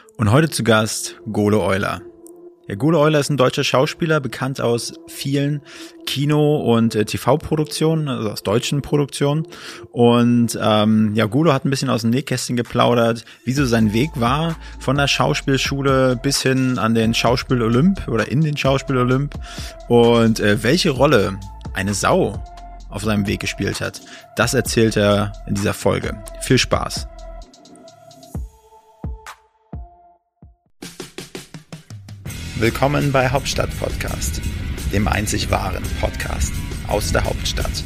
Und heute zu Gast Golo Euler. Ja, Golo Euler ist ein deutscher Schauspieler, bekannt aus vielen Kino- und TV-Produktionen, also aus deutschen Produktionen. Und Golo hat ein bisschen aus dem Nähkästchen geplaudert, wie so sein Weg war, von der Schauspielschule bis hin an den Schauspiel-Olymp oder in den Schauspiel-Olymp. Und welche Rolle eine Sau auf seinem Weg gespielt hat, das erzählt er in dieser Folge. Viel Spaß! Willkommen bei Hauptstadt Podcast, dem einzig wahren Podcast aus der Hauptstadt.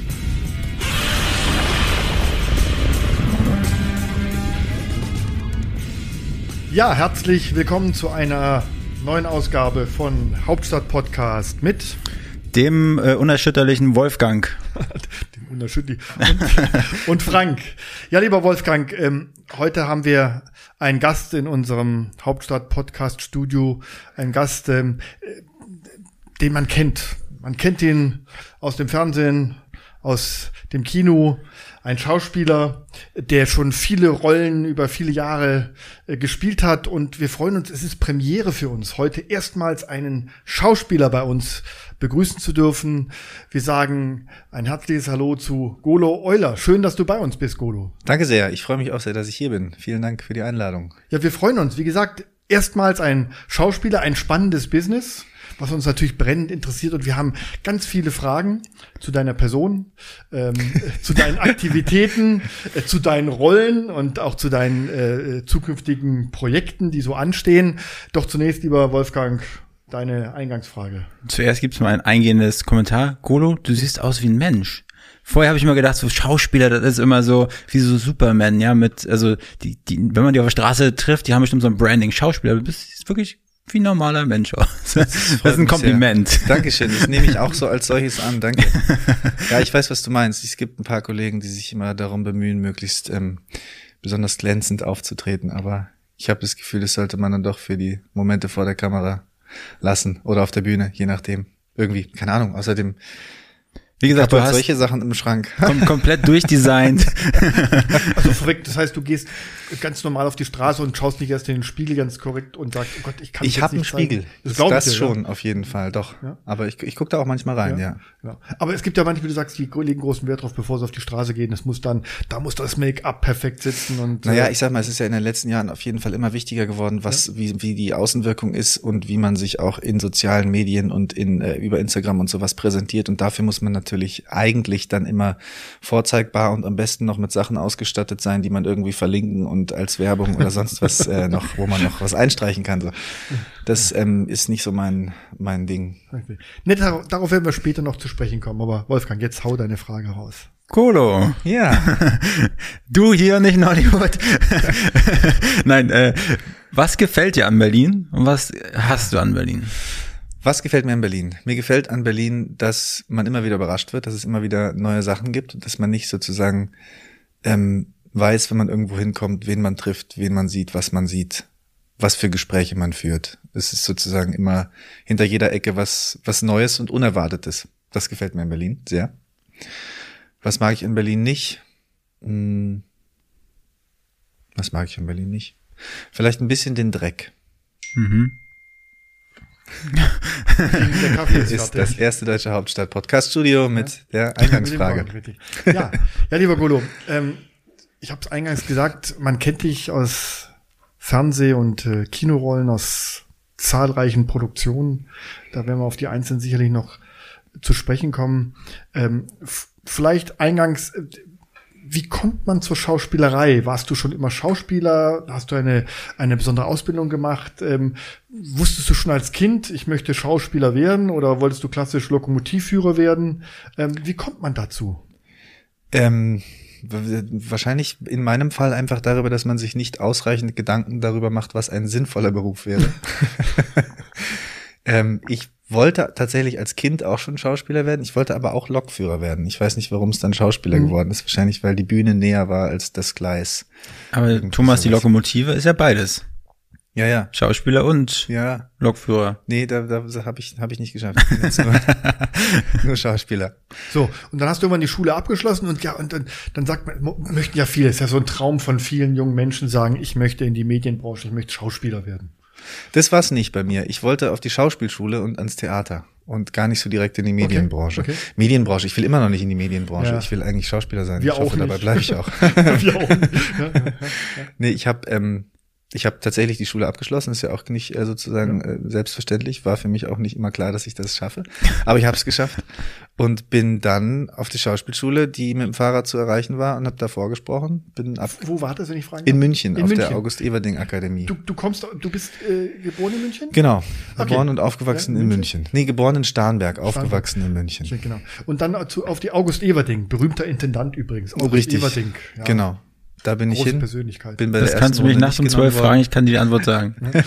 Ja, herzlich willkommen zu einer neuen Ausgabe von Hauptstadt Podcast mit dem unerschütterlichen Wolfgang. Dem unerschütterlichen und Frank. Ja, lieber Wolfgang, heute haben wir einen Gast in unserem Hauptstadt-Podcast-Studio, einen Gast, den man kennt. Man kennt ihn aus dem Fernsehen, aus dem Kino, ein Schauspieler, der schon viele Rollen über viele Jahre gespielt hat. Und wir freuen uns, es ist Premiere für uns, heute erstmals einen Schauspieler bei uns begrüßen zu dürfen. Wir sagen ein herzliches Hallo zu Golo Euler. Schön, dass du bei uns bist, Golo. Danke sehr. Ich freue mich auch sehr, dass ich hier bin. Vielen Dank für die Einladung. Ja, wir freuen uns. Wie gesagt, erstmals ein Schauspieler, ein spannendes Business, was uns natürlich brennend interessiert. Und wir haben ganz viele Fragen zu deiner Person, zu deinen Aktivitäten, zu deinen Rollen und auch zu deinen zukünftigen Projekten, die so anstehen. Doch zunächst, lieber Wolfgang, deine Eingangsfrage. Zuerst gibt's mal ein eingehendes Kommentar. Golo, du siehst aus wie ein Mensch. Vorher habe ich immer gedacht, so Schauspieler, das ist immer so wie so Superman, ja, also die, wenn man die auf der Straße trifft, die haben bestimmt so ein Branding. Schauspieler, du bist wirklich wie ein normaler Mensch aus. Das ist ein Kompliment. Sehr. Dankeschön, das nehme ich auch so als solches an, danke. Ja, ich weiß, was du meinst. Es gibt ein paar Kollegen, die sich immer darum bemühen, möglichst besonders glänzend aufzutreten, aber ich habe das Gefühl, das sollte man dann doch für die Momente vor der Kamera lassen oder auf der Bühne, je nachdem. Irgendwie, keine Ahnung, außerdem wie gesagt, du hast solche Sachen im Schrank. Komplett durchdesignt. Also verrückt, das heißt, du gehst ganz normal auf die Straße und schaust nicht erst in den Spiegel ganz korrekt und sagst, oh Gott, ich kann ich habe einen Spiegel. Das schon, auf jeden Fall, doch. Ja? Aber ich gucke da auch manchmal rein, ja. Aber es gibt ja manchmal, wie du sagst, die legen großen Wert drauf, bevor sie auf die Straße gehen. Da muss das Make-up perfekt sitzen und. Naja, ich sag mal, es ist ja in den letzten Jahren auf jeden Fall immer wichtiger geworden, wie die Außenwirkung ist und wie man sich auch in sozialen Medien und über Instagram und sowas präsentiert. Und dafür muss man natürlich eigentlich dann immer vorzeigbar und am besten noch mit Sachen ausgestattet sein, die man irgendwie verlinken und als Werbung oder sonst was noch, wo man noch was einstreichen kann. So. Das ist nicht so mein Ding. Okay. Darauf werden wir später noch zu sprechen kommen, aber Wolfgang, jetzt hau deine Frage raus. Golo. Ja. Du hier nicht in Hollywood. Nein, was gefällt dir an Berlin und was hast du an Berlin? Was gefällt mir an Berlin? Mir gefällt an Berlin, dass man immer wieder überrascht wird, dass es immer wieder neue Sachen gibt, dass man nicht sozusagen weiß, wenn man irgendwo hinkommt, wen man trifft, wen man sieht, was für Gespräche man führt. Es ist sozusagen immer hinter jeder Ecke was Neues und Unerwartetes. Das gefällt mir in Berlin sehr. Was mag ich in Berlin nicht? Was mag ich in Berlin nicht? Vielleicht ein bisschen den Dreck. Mhm. Der Kaffee ist das erste deutsche Hauptstadt-Podcast-Studio mit der Eingangsfrage. Ja, lieber Golo, ich habe es eingangs gesagt, man kennt dich aus Fernseh- und Kinorollen, aus zahlreichen Produktionen. Da werden wir auf die einzelnen sicherlich noch zu sprechen kommen. Vielleicht eingangs, wie kommt man zur Schauspielerei? Warst du schon immer Schauspieler? Hast du eine besondere Ausbildung gemacht? Wusstest du schon als Kind, ich möchte Schauspieler werden? Oder wolltest du klassisch Lokomotivführer werden? Wie kommt man dazu? Wahrscheinlich in meinem Fall einfach darüber, dass man sich nicht ausreichend Gedanken darüber macht, was ein sinnvoller Beruf wäre. Ich wollte tatsächlich als Kind auch schon Schauspieler werden. Ich wollte aber auch Lokführer werden. Ich weiß nicht, warum es dann Schauspieler geworden ist. Wahrscheinlich, weil die Bühne näher war als das Gleis. Aber Thomas, die Lokomotive ist ja beides. Ja. Schauspieler und Ja. Lokführer. Nee, da hab ich nicht geschafft. Ich bin jetzt nur Schauspieler. So, und dann hast du irgendwann die Schule abgeschlossen und dann sagt man, möchten ja viele, ist ja so ein Traum von vielen jungen Menschen sagen, ich möchte in die Medienbranche, ich möchte Schauspieler werden. Das war's nicht bei mir. Ich wollte auf die Schauspielschule und ans Theater und gar nicht so direkt in die Medienbranche. Okay. Medienbranche, ich will immer noch nicht in die Medienbranche. Ja. Ich will eigentlich Schauspieler sein. Wir ich hoffe, auch dabei nicht. bleibe ich auch. Wir auch nicht. Ja. Nee, ich habe tatsächlich die Schule abgeschlossen, ist ja auch nicht sozusagen selbstverständlich, war für mich auch nicht immer klar, dass ich das schaffe, aber ich habe es geschafft und bin dann auf die Schauspielschule, die mit dem Fahrrad zu erreichen war und habe da vorgesprochen, Wo war das, wenn ich fragen darf? in München, In auf München. der August-Everding-Akademie. Du bist geboren in München? Genau, Okay. geboren und aufgewachsen Ja, in München. Nee, geboren in Starnberg, aufgewachsen in München. Ja, genau. Und dann auf die August Everding, berühmter Intendant übrigens. August Richtig, Everding. Ja. genau. Da bin ich Große hin, Persönlichkeit. bin bei Das der kannst du ersten mich Runde nachts um nicht 12 genommen fragen, worden. ich kann dir die Antwort sagen. Das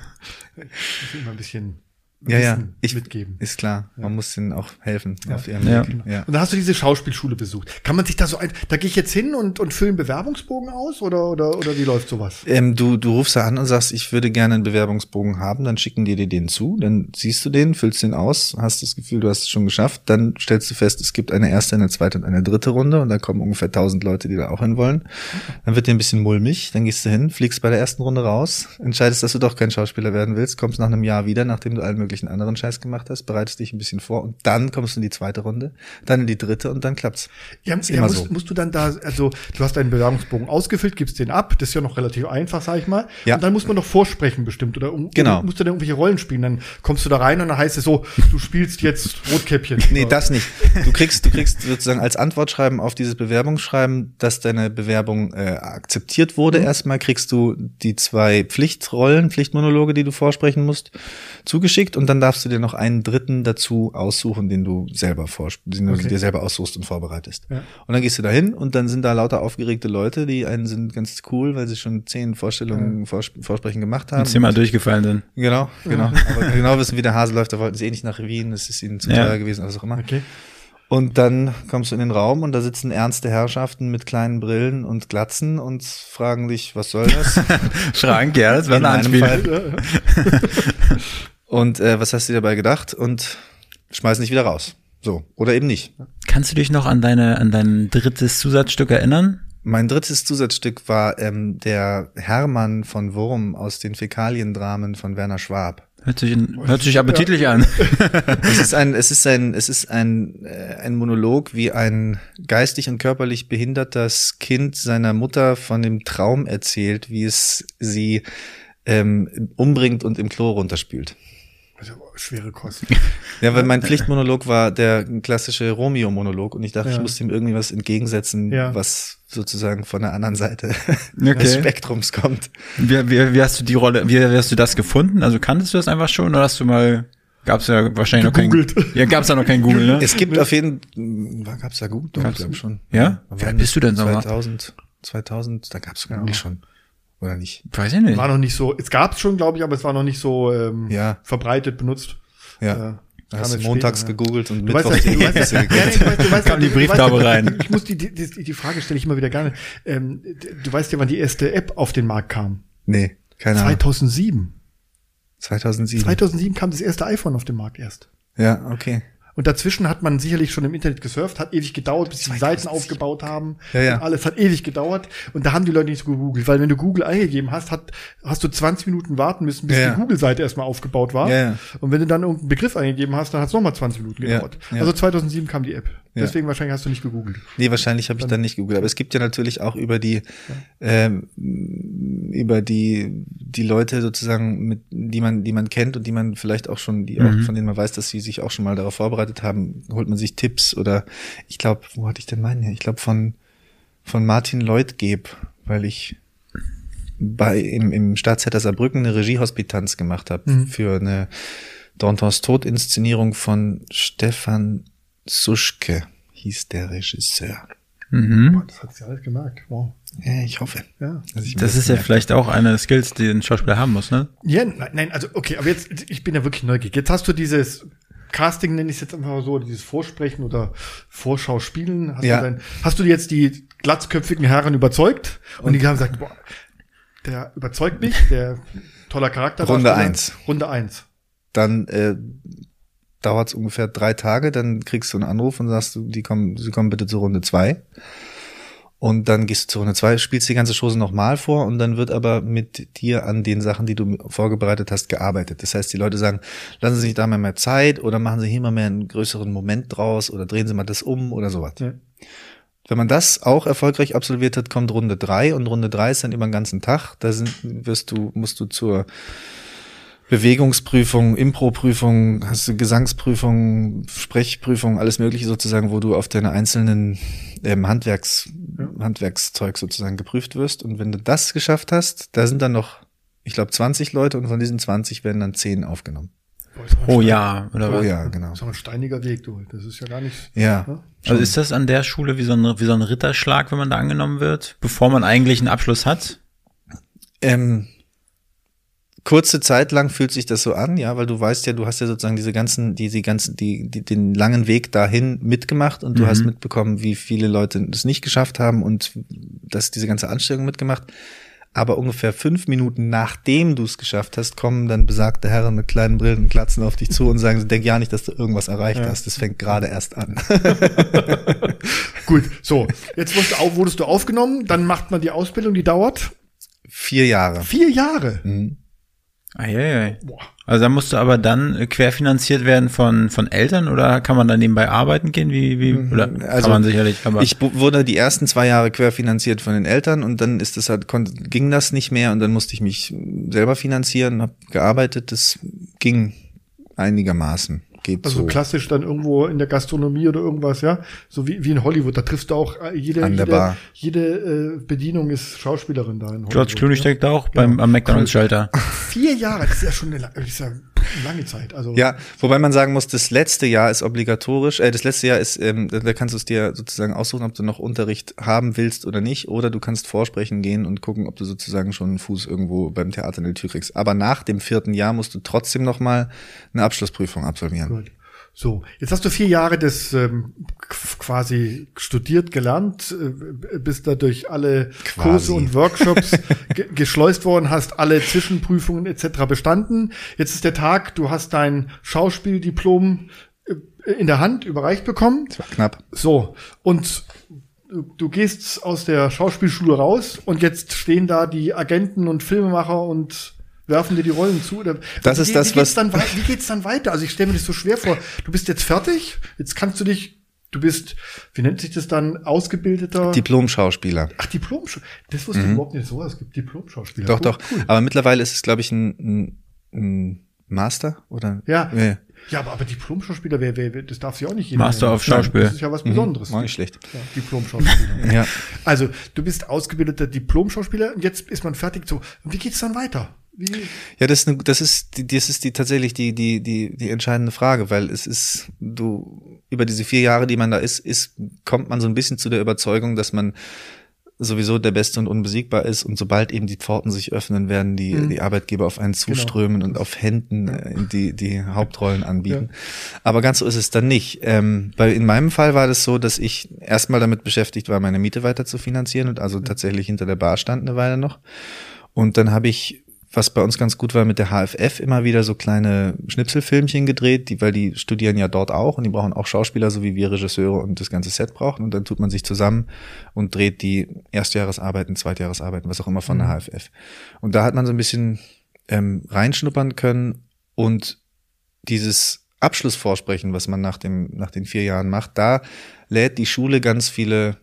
ist immer ein bisschen Ja, Wissen ich mitgeben. ist klar. Man muss denen auch helfen auf ihrem Ja. Weg. Ja. Und dann hast du diese Schauspielschule besucht. Kann man sich da da gehe ich jetzt hin und fülle einen Bewerbungsbogen aus oder wie läuft sowas? Du rufst da an und sagst, ich würde gerne einen Bewerbungsbogen haben, dann schicken die dir den zu, dann siehst du den, füllst den aus, hast das Gefühl, du hast es schon geschafft, dann stellst du fest, es gibt eine erste, eine zweite und eine dritte Runde und da kommen ungefähr 1000 Leute, die da auch hin wollen. Dann wird dir ein bisschen mulmig, dann gehst du hin, fliegst bei der ersten Runde raus, entscheidest, dass du doch kein Schauspieler werden willst, kommst nach einem Jahr wieder, nachdem du allen möglichen anderen Scheiß gemacht hast, bereitest dich ein bisschen vor und dann kommst du in die zweite Runde, dann in die dritte und dann klappt's. Musst du dann da, also du hast deinen Bewerbungsbogen ausgefüllt, gibst den ab, das ist ja noch relativ einfach, sag ich mal. Ja. Und dann muss man doch vorsprechen bestimmt oder Genau. musst du dann irgendwelche Rollen spielen, dann kommst du da rein und dann heißt es so, du spielst jetzt Rotkäppchen. Nee, das nicht. Du kriegst sozusagen als Antwortschreiben auf dieses Bewerbungsschreiben, dass deine Bewerbung akzeptiert wurde. Erstmal kriegst du die 2 Pflichtmonologe, die du vorsprechen musst, zugeschickt und dann darfst du dir noch einen dritten dazu aussuchen, den du dir selber aussuchst und vorbereitest. Ja. Und dann gehst du da hin und dann sind da lauter aufgeregte Leute, die einen sind ganz cool, weil sie schon 10 Vorstellungen, Vorsprechen gemacht haben. Und 10-mal durchgefallen sind. Genau. Aber genau wissen, wie der Hase läuft, da wollten sie nicht nach Wien, es ist ihnen zu teuer gewesen, was auch immer. Okay. Und dann kommst du in den Raum und da sitzen ernste Herrschaften mit kleinen Brillen und Glatzen und fragen dich, was soll das? Schrank, ja, das war In eine meinem Anspielung. Und was hast du dir dabei gedacht? Und schmeißen dich wieder raus. So, oder eben nicht. Kannst du dich noch an dein drittes Zusatzstück erinnern? Mein drittes Zusatzstück war der Hermann von Wurm aus den Fäkaliendramen von Werner Schwab. Hört sich appetitlich an. Es ist ein Monolog, wie ein geistig und körperlich behindertes Kind seiner Mutter von dem Traum erzählt, wie es sie umbringt und im Klo runterspült. Also, schwere Kost. Ja, weil mein Pflichtmonolog war der klassische Romeo-Monolog und ich dachte, Ja. ich muss ihm irgendwie was entgegensetzen, was sozusagen von der anderen Seite des Spektrums kommt. Wie hast du die Rolle, wie hast du das gefunden? Also kanntest du das einfach schon oder hast du mal, gab's ja wahrscheinlich Gegoogelt. gab's da noch kein Google, ne? Es gibt auf jeden gab's da Google? Doch, ich glaube schon. Ja? Wie alt bist du denn nochmal? 2000, da gab's Google schon. Oder nicht? Weiß ich nicht. War noch nicht so, es gab's schon, glaube ich, aber es war noch nicht so verbreitet benutzt. Ja. Da hast kam du jetzt montags später, gegoogelt und Du weißt mittwochs ja, die Ergebnisse gekriegt. Kam die Brieftaube rein. Ich muss die Frage stelle ich immer wieder gerne. Du weißt ja, wann die erste App auf den Markt kam. Nee, keine Ahnung. 2007. 2007. 2007 kam das erste iPhone auf den Markt erst. Ja, okay. Und dazwischen hat man sicherlich schon im Internet gesurft, hat ewig gedauert, bis sie die Seiten aufgebaut haben. Ja. Und alles hat ewig gedauert. Und da haben die Leute nicht so gegoogelt, weil wenn du Google eingegeben hast, hast du 20 Minuten warten müssen, bis die Google-Seite erstmal aufgebaut war. Ja. Und wenn du dann irgendeinen Begriff eingegeben hast, dann hat es nochmal 20 Minuten gedauert. Ja. Also 2007 kam die App. Deswegen wahrscheinlich hast du nicht gegoogelt. Nee, wahrscheinlich habe ich dann nicht gegoogelt. Aber es gibt ja natürlich auch über die Leute sozusagen, die man kennt und die man vielleicht auch schon, auch von denen man weiß, dass sie sich auch schon mal darauf vorbereitet haben, holt man sich Tipps oder ich glaube, wo hatte ich denn meinen her? Ich glaube von Martin Leutgeb, weil ich im Staatstheater Saarbrücken eine Regiehospitanz gemacht habe für eine Dantons Tod-Inszenierung von Stefan Suschke, hieß der Regisseur. Boah, das hat sie alles gemerkt. Wow. Ja, ich hoffe. Ja. Das ist ja vielleicht auch eine Skills, die ein Schauspieler haben muss, ne? Ja, nein, also okay, aber jetzt, ich bin ja wirklich neugierig. Jetzt hast du dieses Casting, nenne ich es jetzt einfach mal so, dieses Vorsprechen oder Vorschau spielen. Hast du jetzt die glatzköpfigen Herren überzeugt und die haben gesagt, boah, Der überzeugt mich, der toller Charakter. Runde 1. Runde 1. Dann dauert es ungefähr 3 Tage, dann kriegst du einen Anruf und sagst, sie kommen bitte zur Runde 2. Und dann gehst du zur Runde 2, spielst die ganze Chose nochmal vor und dann wird aber mit dir an den Sachen, die du vorbereitet hast, gearbeitet. Das heißt, die Leute sagen, lassen Sie sich da mal mehr Zeit oder machen Sie hier mal mehr einen größeren Moment draus oder drehen Sie mal das um oder sowas. Ja. Wenn man das auch erfolgreich absolviert hat, kommt Runde 3 und Runde 3 ist dann über den ganzen Tag. Da musst du zur Bewegungsprüfung, Impro-Prüfung, hast du Gesangsprüfung, Sprechprüfung, alles Mögliche sozusagen, wo du auf deine einzelnen Handwerkszeug sozusagen geprüft wirst. Und wenn du das geschafft hast, da sind dann noch, ich glaube, 20 Leute und von diesen 20 werden dann 10 aufgenommen. Pro Jahr, oder was? Pro Jahr, genau. Das ist auch ein steiniger Weg, du. Das ist ja gar nicht. Ja. Ne? Also ist das an der Schule wie so ein Ritterschlag, wenn man da angenommen wird, bevor man eigentlich einen Abschluss hat? Kurze Zeit lang fühlt sich das so an, ja, weil du weißt ja, du hast ja sozusagen den langen Weg dahin mitgemacht und du hast mitbekommen, wie viele Leute das nicht geschafft haben und diese ganze Anstrengung mitgemacht. Aber ungefähr 5 Minuten nachdem du es geschafft hast, kommen dann besagte Herren mit kleinen Brillen und Glatzen auf dich zu und sagen, denk ja nicht, dass du irgendwas erreicht hast. Das fängt gerade erst an. Gut, so. Jetzt wurdest du aufgenommen, dann macht man die Ausbildung, die dauert? 4 Jahre. 4 Jahre? Mhm. Also da musst du aber dann querfinanziert werden von Eltern oder kann man dann nebenbei arbeiten gehen? Oder kann man sicherlich, aber ich wurde die ersten 2 Jahre querfinanziert von den Eltern und dann ging das nicht mehr und dann musste ich mich selber finanzieren, habe gearbeitet, das ging einigermaßen. Also klassisch dann irgendwo in der Gastronomie oder irgendwas, ja? So wie in Hollywood, da triffst du auch jede Bedienung ist Schauspielerin da in Hollywood. George Clooney steckt da auch am McDonald's-Schalter. 4 Jahre, das ist ja schon eine lange Zeit. Also ja, wobei man sagen muss, das letzte Jahr ist obligatorisch. Das letzte Jahr ist, da kannst du es dir sozusagen aussuchen, ob du noch Unterricht haben willst oder nicht. Oder du kannst vorsprechen gehen und gucken, ob du sozusagen schon einen Fuß irgendwo beim Theater in die Tür kriegst. Aber nach dem 4. Jahr musst du trotzdem noch mal eine Abschlussprüfung absolvieren. Gut. So, jetzt hast du 4 Jahre das quasi studiert, gelernt, bist da durch alle Kurse und Workshops geschleust worden, hast alle Zwischenprüfungen etc. bestanden. Jetzt ist der Tag, du hast dein Schauspieldiplom in der Hand überreicht bekommen. Das war knapp. So, und du gehst aus der Schauspielschule raus und jetzt stehen da die Agenten und Filmemacher und werfen dir die Rollen zu? Oder wie geht's dann weiter? Also ich stelle mir das so schwer vor. Du bist jetzt fertig, jetzt kannst du bist, wie nennt sich das dann, ausgebildeter? Diplom-Schauspieler. Ach, Diplom-Schauspieler. Das wusste ich überhaupt nicht so. Es gibt Diplom-Schauspieler. Doch. Cool. Aber mittlerweile ist es, glaube ich, ein Master, oder? Ja. Ja, aber Diplom-Schauspieler, das darf sich auch nicht jeder Master auf Schauspiel. Das ist ja was Besonderes. War nicht schlecht. Ja, Diplom-Schauspieler. Ja. Also, du bist ausgebildeter Diplom-Schauspieler und jetzt ist man fertig. So, wie geht's dann weiter? Ja, das ist tatsächlich die entscheidende Frage, weil über diese 4 Jahre, die man da kommt man so ein bisschen zu der Überzeugung, dass man sowieso der Beste und unbesiegbar ist und sobald eben die Pforten sich öffnen, werden die Arbeitgeber auf einen zuströmen und auf Händen die Hauptrollen anbieten. Ja. Aber ganz so ist es dann nicht. Weil in meinem Fall war das so, dass ich erstmal damit beschäftigt war, meine Miete weiter zu finanzieren und also tatsächlich hinter der Bar stand eine Weile noch. Und dann habe ich, was bei uns ganz gut war, mit der HFF immer wieder so kleine Schnipselfilmchen gedreht, weil die studieren ja dort auch und die brauchen auch Schauspieler, so wie wir Regisseure und das ganze Set brauchen. Und dann tut man sich zusammen und dreht die Erstjahresarbeiten, Zweitjahresarbeiten, was auch immer von der HFF. Und da hat man so ein bisschen reinschnuppern können und dieses Abschlussvorsprechen, was man nach den 4 Jahren macht, da lädt die Schule ganz viele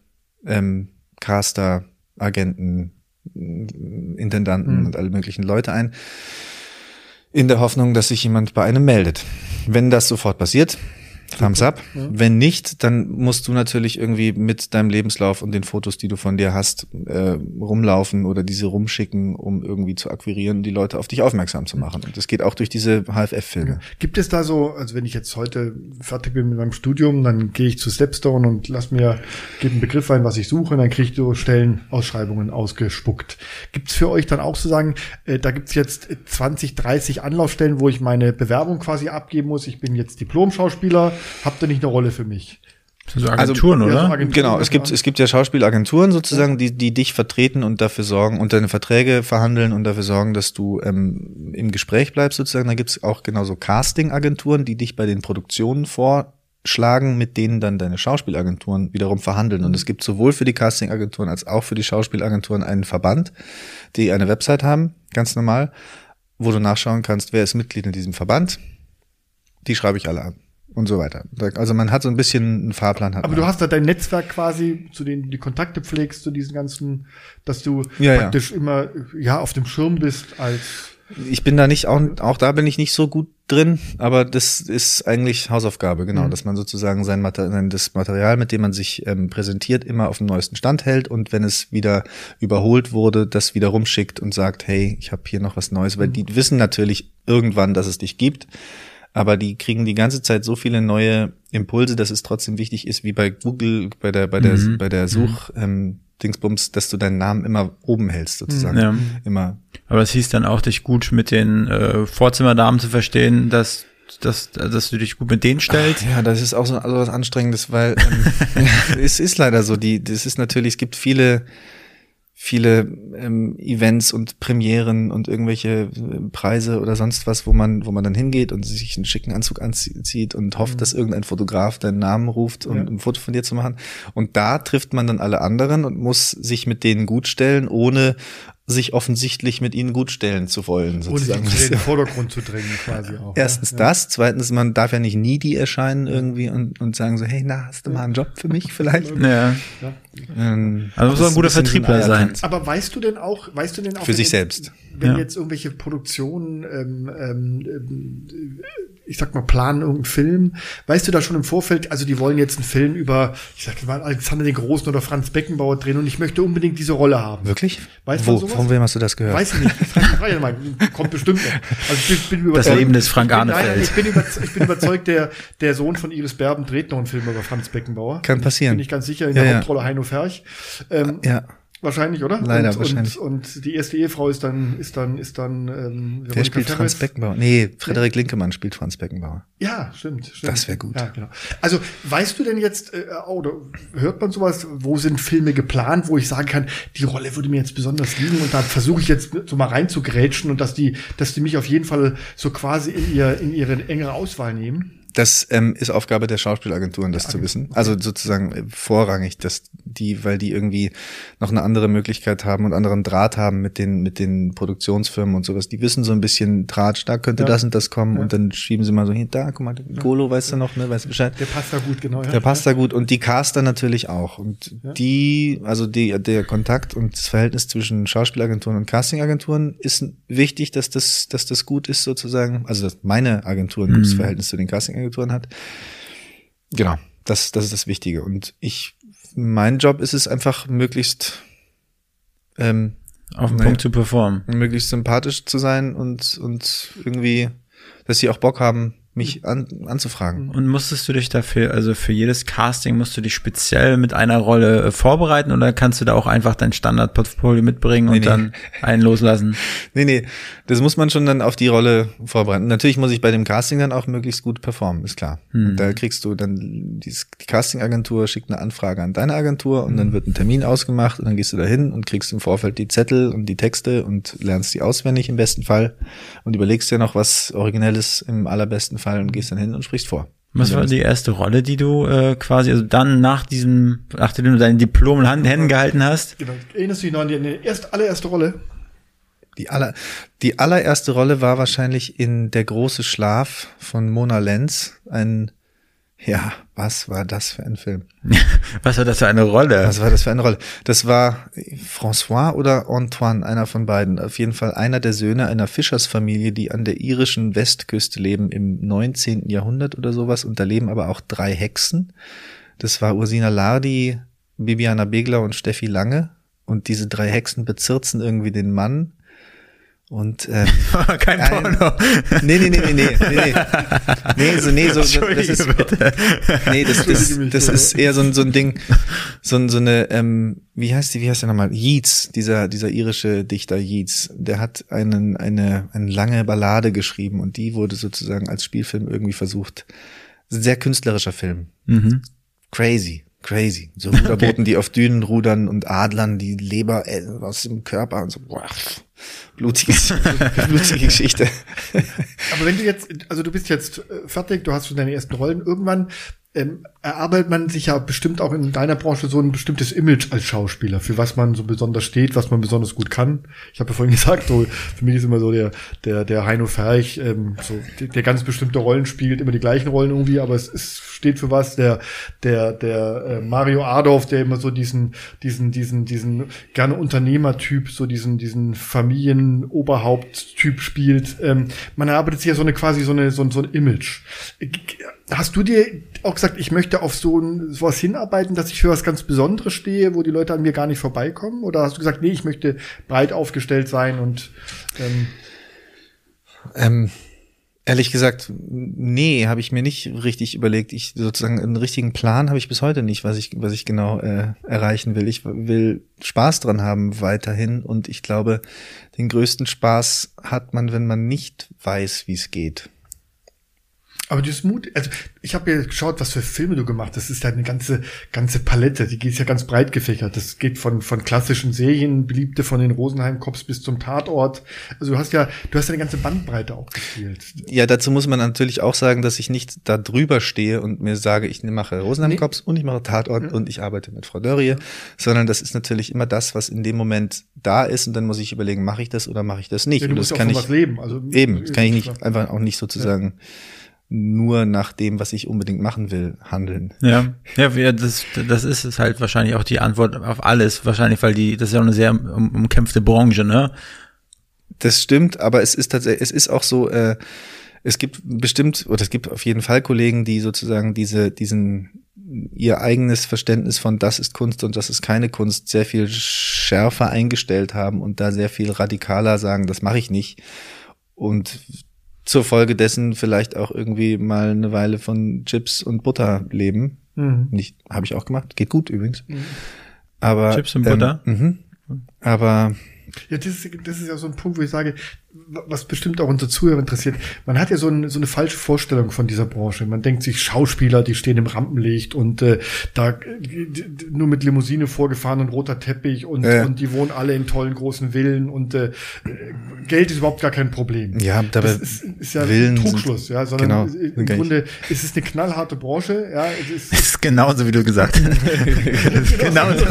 Caster, Agenten, Intendanten und alle möglichen Leute ein, in der Hoffnung, dass sich jemand bei einem meldet. Wenn das sofort passiert, Thumbs up. Ja. Wenn nicht, dann musst du natürlich irgendwie mit deinem Lebenslauf und den Fotos, die du von dir hast, rumlaufen oder diese rumschicken, um irgendwie zu akquirieren, die Leute auf dich aufmerksam zu machen. Und das geht auch durch diese HFF-Filme. Ja. Gibt es da so, also wenn ich jetzt heute fertig bin mit meinem Studium, dann gehe ich zu Stepstone und gebe einen Begriff ein, was ich suche, und dann kriege ich so Stellenausschreibungen ausgespuckt. Gibt es für euch dann auch sozusagen, da gibt es jetzt 20, 30 Anlaufstellen, wo ich meine Bewerbung quasi abgeben muss. Ich bin jetzt Diplom-Schauspieler. Habt ihr nicht eine Rolle für mich? So Agenturen, also, oder? Ja, so Agenturen, genau, es gibt ja Schauspielagenturen sozusagen, die dich vertreten und dafür sorgen und deine Verträge verhandeln und dafür sorgen, dass du im Gespräch bleibst sozusagen. Da gibt's auch genauso Casting-Agenturen, die dich bei den Produktionen vorschlagen, mit denen dann deine Schauspielagenturen wiederum verhandeln. Und es gibt sowohl für die Casting-Agenturen als auch für die Schauspielagenturen einen Verband, die eine Website haben, ganz normal, wo du nachschauen kannst, wer ist Mitglied in diesem Verband. Die schreibe ich alle an. Und so weiter. Also man hat so ein bisschen einen Fahrplan. Aber du hast da dein Netzwerk quasi, zu denen du die Kontakte pflegst, zu diesen ganzen, dass du praktisch immer auf dem Schirm bist als. Ich bin da nicht, auch da bin ich nicht so gut drin, aber das ist eigentlich Hausaufgabe, genau, dass man sozusagen das Material, mit dem man sich präsentiert, immer auf dem neuesten Stand hält und wenn es wieder überholt wurde, das wieder rumschickt und sagt, hey, ich habe hier noch was Neues, weil die wissen natürlich irgendwann, dass es dich gibt. Aber die kriegen die ganze Zeit so viele neue Impulse, dass es trotzdem wichtig ist, wie bei Google, bei der Dingsbums, dass du deinen Namen immer oben hältst, sozusagen. Ja. Immer. Aber es hieß dann auch, dich gut mit den Vorzimmerdamen zu verstehen, dass du dich gut mit denen stellst. Ach, ja, das ist auch so was Anstrengendes, weil es ist leider so, das ist natürlich, es gibt viele Events und Premieren und irgendwelche Preise oder sonst was, wo man dann hingeht und sich einen schicken Anzug anzieht und hofft, dass irgendein Fotograf deinen Namen ruft, um ein Foto von dir zu machen. Und da trifft man dann alle anderen und muss sich mit denen gut stellen, ohne sich offensichtlich mit ihnen gut stellen zu wollen, sozusagen. Ohne sich in den Vordergrund zu drängen, quasi auch. Erstens das, zweitens, man darf ja nicht needy erscheinen irgendwie und sagen so, hey, na, hast du mal einen Job für mich vielleicht? Ja. Also muss auch ein guter Vertriebler sein. Aber weißt du denn auch, für sich selbst. Wenn jetzt irgendwelche Produktionen, ich sag mal, planen irgendeinen Film, weißt du da schon im Vorfeld, also die wollen jetzt einen Film über, ich sag mal, Alexander den Großen oder Franz Beckenbauer drehen und ich möchte unbedingt diese Rolle haben. Wirklich? Weißt du sowas? Von wem hast du das gehört? Weiß ich nicht. Frage mal. Kommt bestimmt noch. Also ich bin überzeugt. Das Leben des Frank Arnefeld. Ich bin überzeugt, der Sohn von Iris Berben dreht noch einen Film über Franz Beckenbauer. Kann passieren. Bin ich ganz sicher, in der Hauptrolle Heino Ferch. Ja. Wahrscheinlich, oder? Leider, wahrscheinlich. Und die erste Ehefrau ist dann der spielt Franz Beckenbauer. Nee, Frederik Linkemann spielt Franz Beckenbauer. Ja, stimmt. Das wäre gut. Ja, genau. Also, weißt du denn jetzt, oder hört man sowas, wo sind Filme geplant, wo ich sagen kann, die Rolle würde mir jetzt besonders liegen und da versuche ich jetzt so mal reinzugrätschen und dass die mich auf jeden Fall so quasi in ihre engere Auswahl nehmen? Das ist Aufgabe der Schauspielagenturen, das zu wissen. Also sozusagen vorrangig, weil die irgendwie noch eine andere Möglichkeit haben und anderen Draht haben mit den Produktionsfirmen und sowas. Die wissen so ein bisschen, Tratsch, da könnte das und das kommen und dann schieben sie mal so hin, da, guck mal, Golo, weißt du noch, ne, weißt du Bescheid? Der passt da gut, genau. Der passt da gut und die Caster natürlich auch. Und der Kontakt und das Verhältnis zwischen Schauspielagenturen und Castingagenturen ist wichtig, dass das gut ist sozusagen. Also, dass meine Agentur ein gutes Verhältnis zu den Castingagenturen hat. Genau, das ist das Wichtige. Und mein Job ist es einfach, möglichst auf den Punkt zu performen. Möglichst sympathisch zu sein und irgendwie, dass sie auch Bock haben, mich anzufragen. Und musstest du dich dafür, also für jedes Casting musst du dich speziell mit einer Rolle vorbereiten oder kannst du da auch einfach dein Standardportfolio mitbringen und dann einen loslassen? Nee, das muss man schon dann auf die Rolle vorbereiten. Natürlich muss ich bei dem Casting dann auch möglichst gut performen, ist klar. Und da kriegst du dann, die Castingagentur schickt eine Anfrage an deine Agentur und dann wird ein Termin ausgemacht und dann gehst du da hin und kriegst im Vorfeld die Zettel und die Texte und lernst die auswendig im besten Fall und überlegst dir noch was Originelles im allerbesten Fall und gehst dann hin und sprichst vor. Was war die erste Rolle, die du quasi, also dann nachdem du dein Diplom in Händen gehalten hast? Genau. Erinnerst du dich noch an die allererste Rolle? Die allererste Rolle war wahrscheinlich in Der große Schlaf von Mona Lenz. Was war das für ein Film? Was war das für eine Rolle? Was war das für eine Rolle? Das war François oder Antoine, einer von beiden. Auf jeden Fall einer der Söhne einer Fischersfamilie, die an der irischen Westküste leben im 19. Jahrhundert oder sowas. Und da leben aber auch 3 Hexen. Das war Ursina Lardi, Bibiana Begler und Steffi Lange. Und diese 3 Hexen bezirzen irgendwie den Mann. Und kein Porno. Nee, das ist eher so ein Ding, so eine wie heißt der nochmal? Yeats, dieser irische Dichter Yeats, der hat eine lange Ballade geschrieben und die wurde sozusagen als Spielfilm irgendwie versucht. Sehr künstlerischer Film. crazy. So Ruderbooten, die auf Dünen rudern und Adlern die Leber aus dem Körper und so, boah, blutige Geschichte. Aber wenn du jetzt, also du bist jetzt fertig, du hast schon deine ersten Rollen, irgendwann erarbeitet man sich ja bestimmt auch in deiner Branche so ein bestimmtes Image als Schauspieler, für was man so besonders steht, was man besonders gut kann. Ich habe ja vorhin gesagt, so für mich ist immer so der Heino Ferch, so der ganz bestimmte Rollen spielt, immer die gleichen Rollen irgendwie, aber es steht für was. Der Mario Adorf, der immer so diesen gerne Unternehmertyp, so diesen Familienoberhaupt-Typ spielt. Man erarbeitet sich ja so ein Image. Hast du dir auch gesagt, ich möchte auf sowas hinarbeiten, dass ich für was ganz Besonderes stehe, wo die Leute an mir gar nicht vorbeikommen? Oder hast du gesagt, nee, ich möchte breit aufgestellt sein und ehrlich gesagt, nee, habe ich mir nicht richtig überlegt. Ich sozusagen einen richtigen Plan habe ich bis heute nicht, was ich genau erreichen will. Ich will Spaß dran haben weiterhin und ich glaube, den größten Spaß hat man, wenn man nicht weiß, wie es geht. Aber dieses Mut, also ich habe ja geschaut, was für Filme du gemacht hast. Das ist halt eine ganze Palette, die ist ja ganz breit gefächert. Das geht von klassischen Serien, Beliebte von den Rosenheim-Cops bis zum Tatort. Also du hast ja eine ganze Bandbreite auch gespielt. Ja, dazu muss man natürlich auch sagen, dass ich nicht da drüber stehe und mir sage, ich mache Rosenheim-Cops und ich mache Tatort und ich arbeite mit Frau Dörrie, sondern das ist natürlich immer das, was in dem Moment da ist und dann muss ich überlegen, mache ich das oder mache ich das nicht. Ja, du musst das auch von was leben. Also eben, das kann ich nicht einfach auch nicht sozusagen nur nach dem, was ich unbedingt machen will, handeln. Ja, das ist es halt wahrscheinlich auch die Antwort auf alles, wahrscheinlich, weil das ist ja auch eine sehr umkämpfte Branche, ne? Das stimmt, aber es ist auch so, es gibt auf jeden Fall Kollegen, die sozusagen ihr eigenes Verständnis von das ist Kunst und das ist keine Kunst sehr viel schärfer eingestellt haben und da sehr viel radikaler sagen, das mache ich nicht. Und zur Folge dessen vielleicht auch irgendwie mal eine Weile von Chips und Butter leben. Habe ich auch gemacht. Geht gut übrigens. Aber Chips und Butter? Aber ja, das ist ja so ein Punkt, wo ich sage, was bestimmt auch unsere Zuhörer interessiert. Man hat ja so eine falsche Vorstellung von dieser Branche. Man denkt sich, Schauspieler, die stehen im Rampenlicht und da nur mit Limousine vorgefahren und roter Teppich und die wohnen alle in tollen großen Villen und Geld ist überhaupt gar kein Problem. Ja, dabei das ist ja Villen ein Trugschluss, ja, sondern genau, im Grunde ist es eine knallharte Branche, ja. Es ist genauso, wie du gesagt hast. Genauso.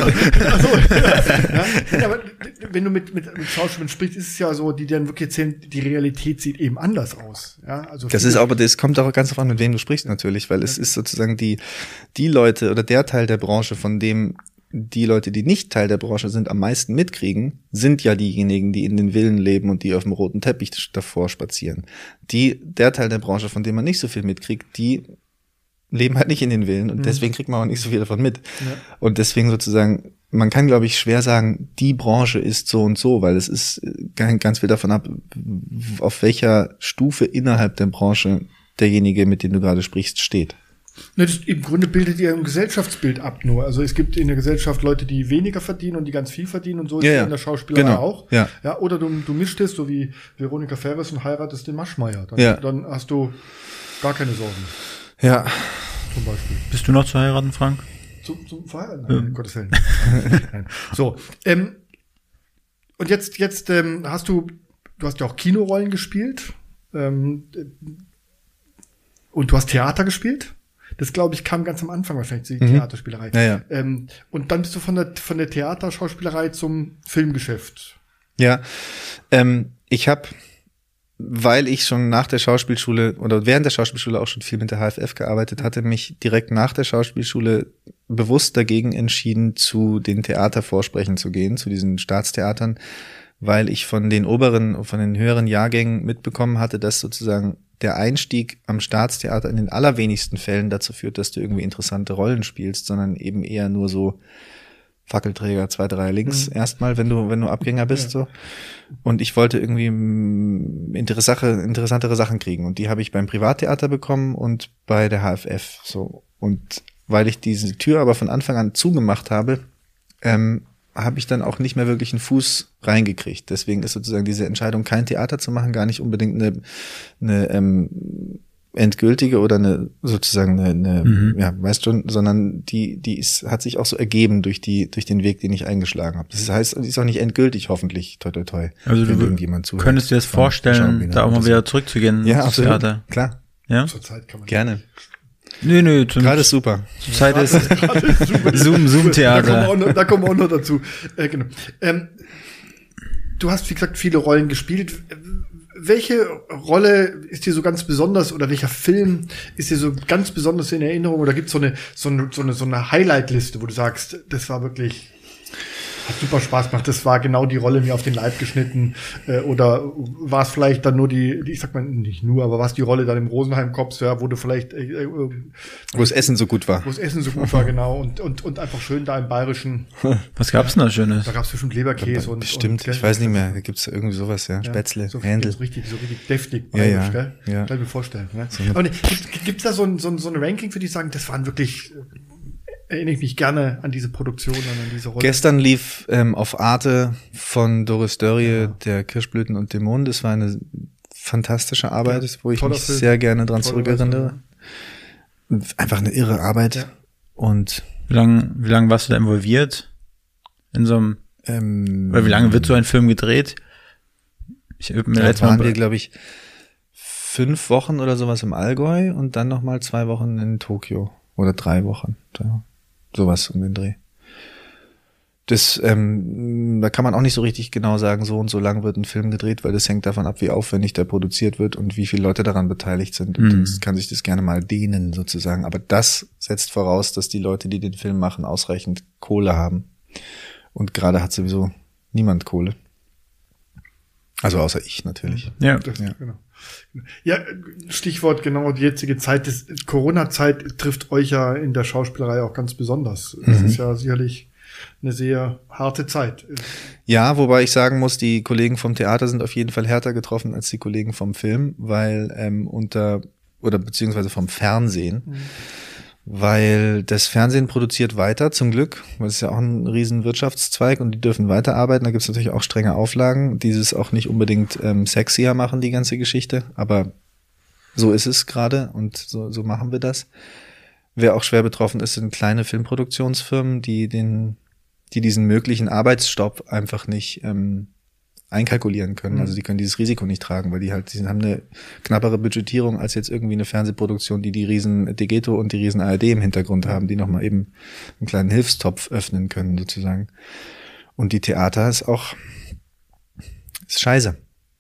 Ja, aber wenn du mit Schauspielern sprichst, ist es ja so, die dann wirklich erzählen, die Realität sieht eben anders aus. Ja, also das kommt auch ganz drauf an, mit wem du sprichst natürlich, weil es ist sozusagen die Leute oder der Teil der Branche, von dem die Leute, die nicht Teil der Branche sind, am meisten mitkriegen, sind ja diejenigen, die in den Villen leben und die auf dem roten Teppich davor spazieren. Der Teil der Branche, von dem man nicht so viel mitkriegt, die leben halt nicht in den Villen und deswegen kriegt man auch nicht so viel davon mit. Ja. Und deswegen sozusagen, man kann, glaube ich, schwer sagen, die Branche ist so und so, weil es ist ganz viel davon ab, auf welcher Stufe innerhalb der Branche derjenige, mit dem du gerade sprichst, steht. Im Grunde bildet ihr ein Gesellschaftsbild ab nur. Also es gibt in der Gesellschaft Leute, die weniger verdienen und die ganz viel verdienen und so ist es in der Schauspielerei auch. Ja. Ja, oder du mischt es, so wie Veronika Ferres und heiratest den Maschmeyer. Dann hast du gar keine Sorgen. Ja. Zum Beispiel. Bist du noch zu heiraten, Frank? Zum Verheiraten? Nein, um Gottes Willen. Nein. So. Und jetzt hast du hast ja auch Kinorollen gespielt. Und du hast Theater gespielt. Das, glaube ich, kam ganz am Anfang wahrscheinlich, die Theaterspielerei. Ja. Und dann bist du von der Theaterschauspielerei zum Filmgeschäft. Ja, ich habe, weil ich schon nach der Schauspielschule oder während der Schauspielschule auch schon viel mit der HFF gearbeitet hatte, mich direkt nach der Schauspielschule bewusst dagegen entschieden, zu den Theatervorsprechen zu gehen, zu diesen Staatstheatern, weil ich von den höheren Jahrgängen mitbekommen hatte, dass sozusagen der Einstieg am Staatstheater in den allerwenigsten Fällen dazu führt, dass du irgendwie interessante Rollen spielst, sondern eben eher nur so Fackelträger, 2, 3 links erstmal, wenn du Abgänger bist, so. Und ich wollte irgendwie interessantere Sachen kriegen und die habe ich beim Privattheater bekommen und bei der HFF, so. Und weil ich diese Tür aber von Anfang an zugemacht habe, habe ich dann auch nicht mehr wirklich einen Fuß reingekriegt. Deswegen ist sozusagen diese Entscheidung, kein Theater zu machen, gar nicht unbedingt eine endgültige oder eine sozusagen eine ja, weißt schon, sondern die hat sich auch so ergeben durch den Weg, den ich eingeschlagen habe. Das heißt, die ist auch nicht endgültig, hoffentlich, toi toi toi. Also du könntest dir das vorstellen, da auch mal wieder zurückzugehen ins Theater? Klar. Ja? Zurzeit kann man gerne. Nö. Gerade ist super. Zurzeit ist Zoom-Theater. Da kommen wir auch noch dazu. Genau. Du hast, wie gesagt, viele Rollen gespielt. Welche Rolle ist dir so ganz besonders oder welcher Film ist dir so ganz besonders in Erinnerung? Oder gibt es so eine Highlight-Liste, wo du sagst, das war wirklich, hat super Spaß gemacht, das war genau die Rolle mir auf den Leib geschnitten, oder war es vielleicht dann nur ich sag mal nicht nur, aber war es die Rolle dann im Rosenheim-Cops, ja, wo du vielleicht wo das Essen so gut war. Wo das Essen so gut war, genau, und einfach schön da im Bayerischen. Was gab's denn da Schönes? Da gab's bestimmt Leberkäse und bestimmt, ich weiß nicht mehr, da gibt's irgendwie sowas, ja, Spätzle, so Händel. So richtig deftig bayerisch, gell? Ja. Kann ich mir vorstellen, ne? Aber gibt's da so ein Ranking für die sagen, das waren wirklich, erinnere ich mich gerne an diese Produktion, an diese Rolle. Gestern lief auf Arte von Doris Dörrie der Kirschblüten und Dämonen. Das war eine fantastische Arbeit, wo ich mich sehr gerne dran zurückerinnere. Einfach eine irre Arbeit. Ja. Und wie lang warst du da involviert? In so einem, oder wie lange wird so ein Film gedreht? Da waren wir, glaube ich, 5 Wochen oder sowas im Allgäu und dann nochmal 2 Wochen in Tokio. Oder 3 Wochen. Sowas um den Dreh. Das, da kann man auch nicht so richtig genau sagen, so und so lang wird ein Film gedreht, weil das hängt davon ab, wie aufwendig der produziert wird und wie viele Leute daran beteiligt sind. Und dann kann sich das gerne mal dehnen, sozusagen. Aber das setzt voraus, dass die Leute, die den Film machen, ausreichend Kohle haben. Und gerade hat sowieso niemand Kohle. Also außer ich natürlich. Ja. Genau. Ja, Stichwort genau die jetzige Zeit. Corona-Zeit trifft euch ja in der Schauspielerei auch ganz besonders. Das ist ja sicherlich eine sehr harte Zeit. Ja, wobei ich sagen muss, die Kollegen vom Theater sind auf jeden Fall härter getroffen als die Kollegen vom Film, weil beziehungsweise vom Fernsehen. Weil das Fernsehen produziert weiter, zum Glück, weil es ist ja auch ein riesen Wirtschaftszweig und die dürfen weiterarbeiten. Da gibt es natürlich auch strenge Auflagen, die es auch nicht unbedingt sexier machen, die ganze Geschichte. Aber so ist es gerade und so machen wir das. Wer auch schwer betroffen ist, sind kleine Filmproduktionsfirmen, die diesen möglichen Arbeitsstopp einfach nicht einkalkulieren können. Also die können dieses Risiko nicht tragen, weil die haben eine knappere Budgetierung als jetzt irgendwie eine Fernsehproduktion, die riesen Degeto und die riesen ARD im Hintergrund haben, die nochmal eben einen kleinen Hilfstopf öffnen können sozusagen. Und die Theater ist scheiße.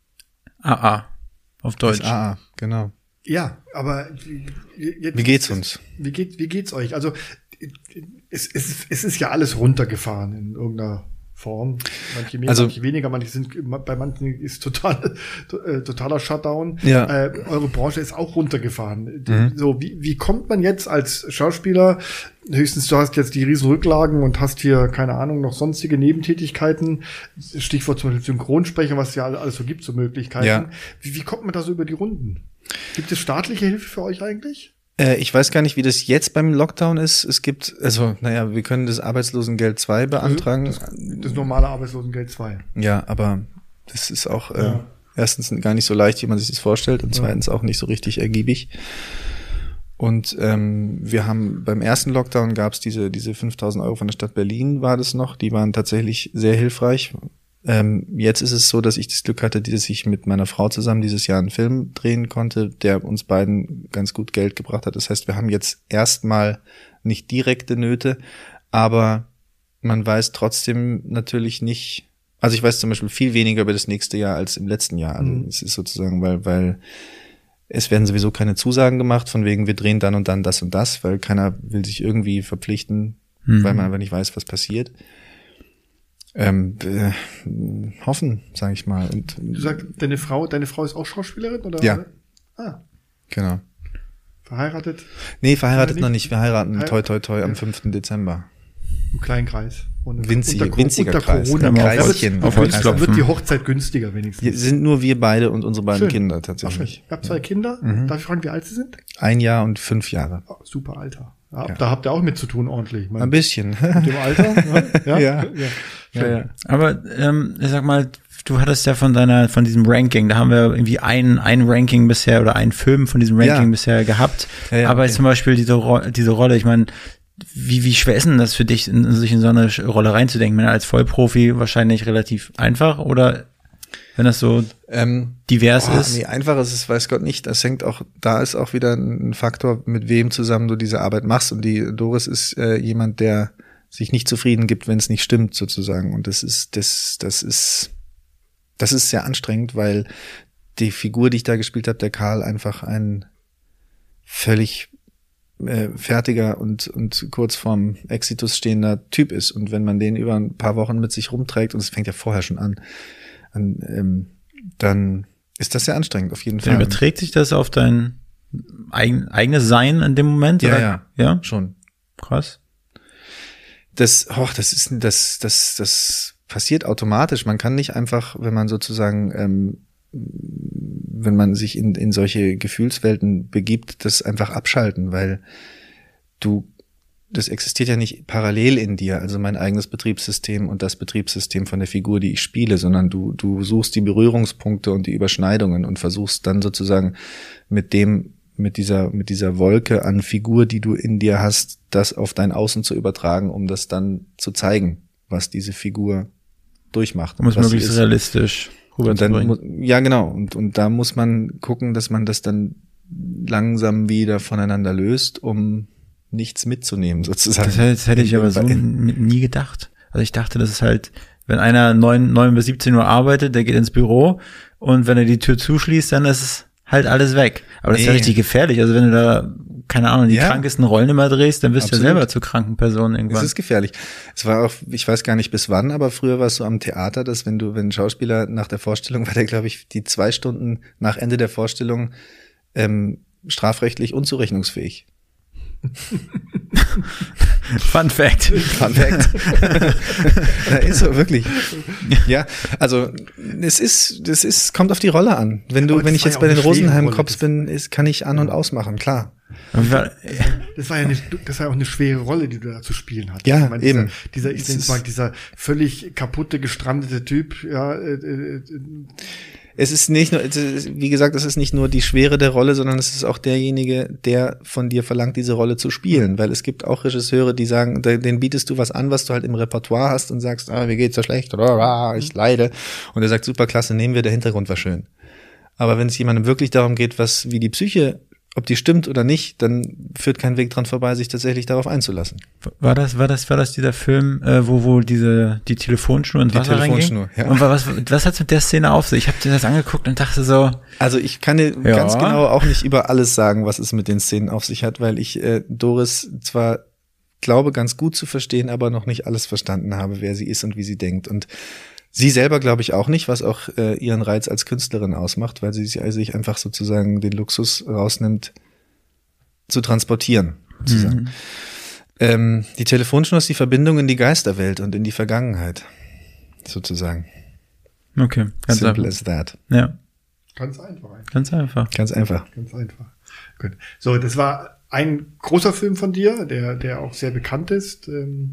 AA auf Deutsch. Ist AA, genau. Ja, aber jetzt, wie geht's uns? Wie geht's euch? Also es ist ja alles runtergefahren in irgendeiner Form. Manche mehr, manche weniger, bei manchen ist totaler Shutdown. Ja. Eure Branche ist auch runtergefahren. So, wie kommt man jetzt als Schauspieler, höchstens du hast jetzt die riesen Rücklagen und hast hier, keine Ahnung, noch sonstige Nebentätigkeiten, Stichwort zum Beispiel Synchronsprecher, was es ja alles so gibt, so Möglichkeiten. Ja. Wie kommt man da so über die Runden? Gibt es staatliche Hilfe für euch eigentlich? Ich weiß gar nicht, wie das jetzt beim Lockdown ist. Es gibt, wir können das Arbeitslosengeld 2 beantragen. Das normale Arbeitslosengeld 2. Ja, aber das ist auch erstens gar nicht so leicht, wie man sich das vorstellt und zweitens auch nicht so richtig ergiebig. Und wir haben beim ersten Lockdown gab es diese 5.000 Euro von der Stadt Berlin, war das noch. Die waren tatsächlich sehr hilfreich. Jetzt ist es so, dass ich das Glück hatte, dass ich mit meiner Frau zusammen dieses Jahr einen Film drehen konnte, der uns beiden ganz gut Geld gebracht hat. Das heißt, wir haben jetzt erstmal nicht direkte Nöte, aber man weiß trotzdem natürlich nicht, also ich weiß zum Beispiel viel weniger über das nächste Jahr als im letzten Jahr. Also es ist sozusagen, weil es werden sowieso keine Zusagen gemacht, von wegen wir drehen dann und dann das und das, weil keiner will sich irgendwie verpflichten, weil man einfach nicht weiß, was passiert. Hoffen, sage ich mal. Und du sagst, deine Frau ist auch Schauspielerin, oder? Ja. Genau. Verheiratet? Nee, verheiratet noch nicht. Wir heiraten toi am 5. Dezember. Im kleinen Kreis. Winziger Kreis. Kreischen. Wird die Hochzeit günstiger wenigstens. Hier sind nur wir beide und unsere beiden Kinder tatsächlich. Ihr habt 2 Kinder. Darf ich fragen, wie alt sie sind? 1 Jahr und 5 Jahre. Oh, super Alter. Ja. Da habt ihr auch mit zu tun, ordentlich. Ein bisschen. Mit dem Alter? Ja. Ja. Aber ich sag mal, du hattest ja von diesem Ranking, da haben wir irgendwie ein Ranking bisher oder einen Film von diesem Ranking bisher gehabt. Ja, aber zum Beispiel diese Rolle, ich meine, wie schwer ist denn das für dich, sich in so eine Rolle reinzudenken? Ich meine, als Vollprofi wahrscheinlich relativ einfach, oder wenn das so divers ist? Nee, einfach ist es, weiß Gott nicht. Das hängt auch, da ist auch wieder ein Faktor, mit wem zusammen du diese Arbeit machst. Und die Doris ist jemand, der sich nicht zufrieden gibt, wenn es nicht stimmt, sozusagen. Und das ist sehr anstrengend, weil die Figur, die ich da gespielt habe, der Karl, einfach ein völlig fertiger und kurz vorm Exitus stehender Typ ist. Und wenn man den über ein paar Wochen mit sich rumträgt, und es fängt ja vorher schon an, dann ist das sehr anstrengend, auf jeden Fall. Überträgt sich das auf dein eigenes Sein in dem Moment? Ja, ja, schon. Krass. Das passiert automatisch. Man kann nicht einfach, wenn man sozusagen, wenn man sich in solche Gefühlswelten begibt, das einfach abschalten, weil das existiert ja nicht parallel in dir, also mein eigenes Betriebssystem und das Betriebssystem von der Figur, die ich spiele, sondern du suchst die Berührungspunkte und die Überschneidungen und versuchst dann sozusagen mit dieser Wolke an Figur, die du in dir hast, das auf dein Außen zu übertragen, um das dann zu zeigen, was diese Figur durchmacht. Um es möglichst realistisch rüberzubringen. Ja, genau. Und da muss man gucken, dass man das dann langsam wieder voneinander löst, um nichts mitzunehmen, sozusagen. Das hätte ich aber so nie gedacht. Also ich dachte, das ist halt, wenn einer 9 bis 17 Uhr arbeitet, der geht ins Büro, und wenn er die Tür zuschließt, dann ist es halt alles weg. Aber das ist ja richtig gefährlich. Also wenn du da, keine Ahnung, die krankesten Rollen immer drehst, dann wirst du ja selber zur kranken Person irgendwann. Das ist gefährlich. Es war auch, ich weiß gar nicht bis wann, aber früher war es so am Theater, dass wenn ein Schauspieler nach der Vorstellung, war der, glaube ich, die 2 Stunden nach Ende der Vorstellung strafrechtlich unzurechnungsfähig. Fun Fact. Fun Fact. Da ist so, wirklich. Ja, also kommt auf die Rolle an. Wenn ich jetzt bei den Rosenheim-Cops bin, kann ich an- und ausmachen, klar. Das war ja auch eine schwere Rolle, die du da zu spielen hattest. Ja, ich meine, eben. Dieser völlig kaputte, gestrandete Typ, ja. Es ist nicht nur, wie gesagt, es ist nicht nur die Schwere der Rolle, sondern es ist auch derjenige, der von dir verlangt, diese Rolle zu spielen. Weil es gibt auch Regisseure, die sagen, denen bietest du was an, was du halt im Repertoire hast, und sagst, mir geht's so schlecht, oder ich leide. Und er sagt, super klasse, nehmen wir, der Hintergrund war schön. Aber wenn es jemandem wirklich darum geht, wie die Psyche, ob die stimmt oder nicht, dann führt kein Weg dran vorbei, sich tatsächlich darauf einzulassen. War das dieser Film, wo die Telefonschnur ins Wasser reinging? Die Telefonschnur, ja. Und was hat's mit der Szene auf sich? Ich habe dir das angeguckt und dachte so. Also ich kann dir ganz genau auch nicht über alles sagen, was es mit den Szenen auf sich hat, weil ich Doris zwar glaube, ganz gut zu verstehen, aber noch nicht alles verstanden habe, wer sie ist und wie sie denkt. Und sie selber glaube ich auch nicht, was auch ihren Reiz als Künstlerin ausmacht, weil sie sich einfach sozusagen den Luxus rausnimmt, zu transportieren, sozusagen. Die Telefonschnur ist die Verbindung in die Geisterwelt und in die Vergangenheit, sozusagen. Okay, ganz Simple einfach. as that. Ja. Ganz einfach. Ganz einfach. Ganz einfach. Ganz einfach. Gut. So, das war ein großer Film von dir, der auch sehr bekannt ist.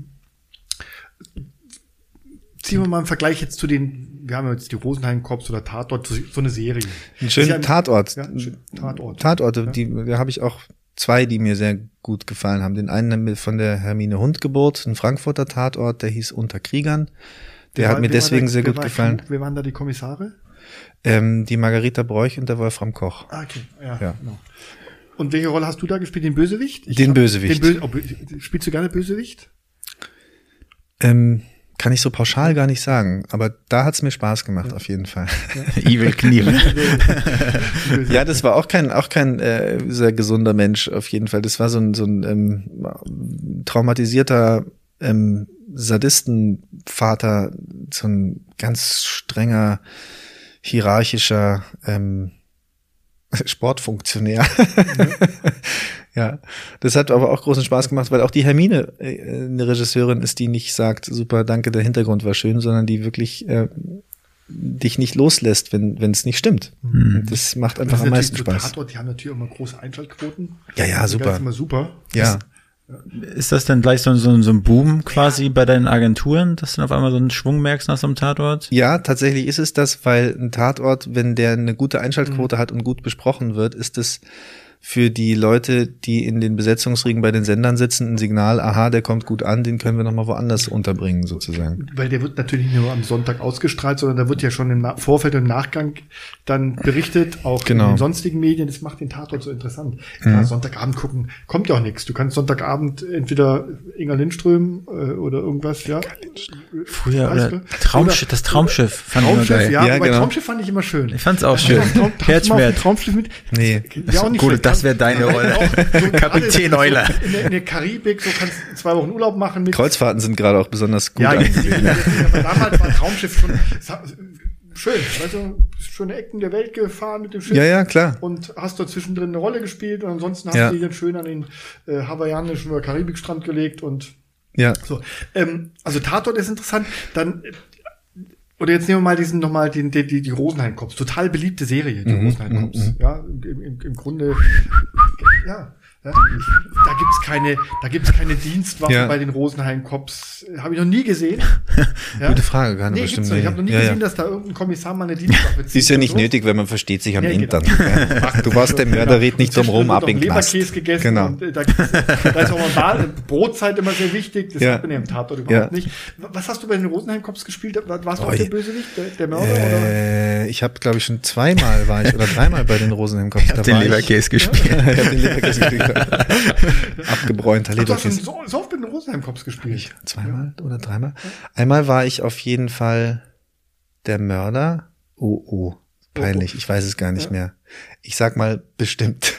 Ziehen wir mal einen Vergleich jetzt wir haben jetzt die Rosenheim-Cops oder Tatort, so eine Serie. Ein schöner Tatort. Ja, Tatort. Tatorte, da habe ich auch 2, die mir sehr gut gefallen haben. Den einen von der Hermine Hundgeburt, ein Frankfurter Tatort, der hieß Unter Kriegern. Der hat mir deswegen sehr gut gefallen. Wer waren da die Kommissare? Die Margarita Broich und der Wolfram Koch. Ah, okay, ja. Genau. Und welche Rolle hast du da gespielt? Den Bösewicht? Bösewicht. Spielst du gerne Bösewicht? Kann ich so pauschal gar nicht sagen, aber da hat's mir Spaß gemacht, auf jeden Fall. Evil Knievel. Ja, das war auch kein sehr gesunder Mensch, auf jeden Fall. Das war so ein traumatisierter Sadistenvater, so ein ganz strenger, hierarchischer Sportfunktionär. Ja, das hat aber auch großen Spaß gemacht, weil auch die Hermine eine Regisseurin ist, die nicht sagt, super, danke, der Hintergrund war schön, sondern die wirklich dich nicht loslässt, wenn es nicht stimmt. Mhm. Das macht einfach am meisten Spaß. Tatort, die haben natürlich immer große Einschaltquoten. Ja, super. Das ist immer super. Ja. Ist das denn gleich so ein Boom quasi bei deinen Agenturen, dass du auf einmal so einen Schwung merkst nach so einem Tatort? Ja, tatsächlich ist es das, weil ein Tatort, wenn der eine gute Einschaltquote hat und gut besprochen wird, ist es für die Leute, die in den Besetzungsringen bei den Sendern sitzen, ein Signal, aha, der kommt gut an, den können wir nochmal woanders unterbringen, sozusagen. Weil der wird natürlich nicht nur am Sonntag ausgestrahlt, sondern da wird ja schon im Vorfeld und im Nachgang dann berichtet, auch in den sonstigen Medien. Das macht den Tatort so interessant. Ja, Sonntagabend gucken, kommt ja auch nichts. Du kannst Sonntagabend entweder Inga Lindström oder irgendwas, ja. Früher, oder das Traumschiff fand ich immer geil. Ja, aber genau. Traumschiff fand ich immer schön. Ich fand's auch schön. Herzschmerz. Traumschiff mit? Nee. Ja, auch nicht gut, das wäre deine Rolle. So Kapitän Euler. In der Karibik, so kannst du 2 Wochen Urlaub machen mit. Kreuzfahrten sind gerade auch besonders gut. Ja, aber damals war Traumschiff schon schön. Weißt du, bist schöne Ecken der Welt gefahren mit dem Schiff. Ja, klar. Und hast dort zwischendrin eine Rolle gespielt und ansonsten hast du dich dann schön an den hawaiianischen oder Karibikstrand gelegt und so. Also Tatort ist interessant. Dann oder jetzt nehmen wir mal die Rosenheim-Cops. Total beliebte Serie, die Rosenheim-Cops. Ja, im Grunde, ja. Da gibt's keine Dienstwaffe bei den Rosenheim-Cops. Habe ich noch nie gesehen. Ja? Gute Frage, gar nicht. Bestimmt. Ich habe noch nie gesehen, dass da irgendein Kommissar mal eine Dienstwaffe zieht. Ist ja nicht nötig, wenn man versteht sich am Hintern. Genau. Du warst der Mörder, red nicht drum rum, ab in den Knast. Leberkäse gegessen. Genau. Und da ist auch mal Brotzeit immer sehr wichtig. Das hat man ja im Tatort überhaupt nicht. Was hast du bei den Rosenheim-Cops gespielt? Warst du auch der Bösewicht, der Mörder? Oder? Ich habe, glaube ich, schon 2-mal oder 3-mal bei den Rosenheim-Cops dabei. Den Leberkäse gespielt. Ich habe den Leberkäse gespielt. Abgebräunter Leberkäse. Du hast so oft mit den Rosenheim-Cops gespielt. 2-mal oder 3-mal? Einmal war ich auf jeden Fall der Mörder. Oh, peinlich. Ich weiß es gar nicht mehr. Ich sag mal bestimmt.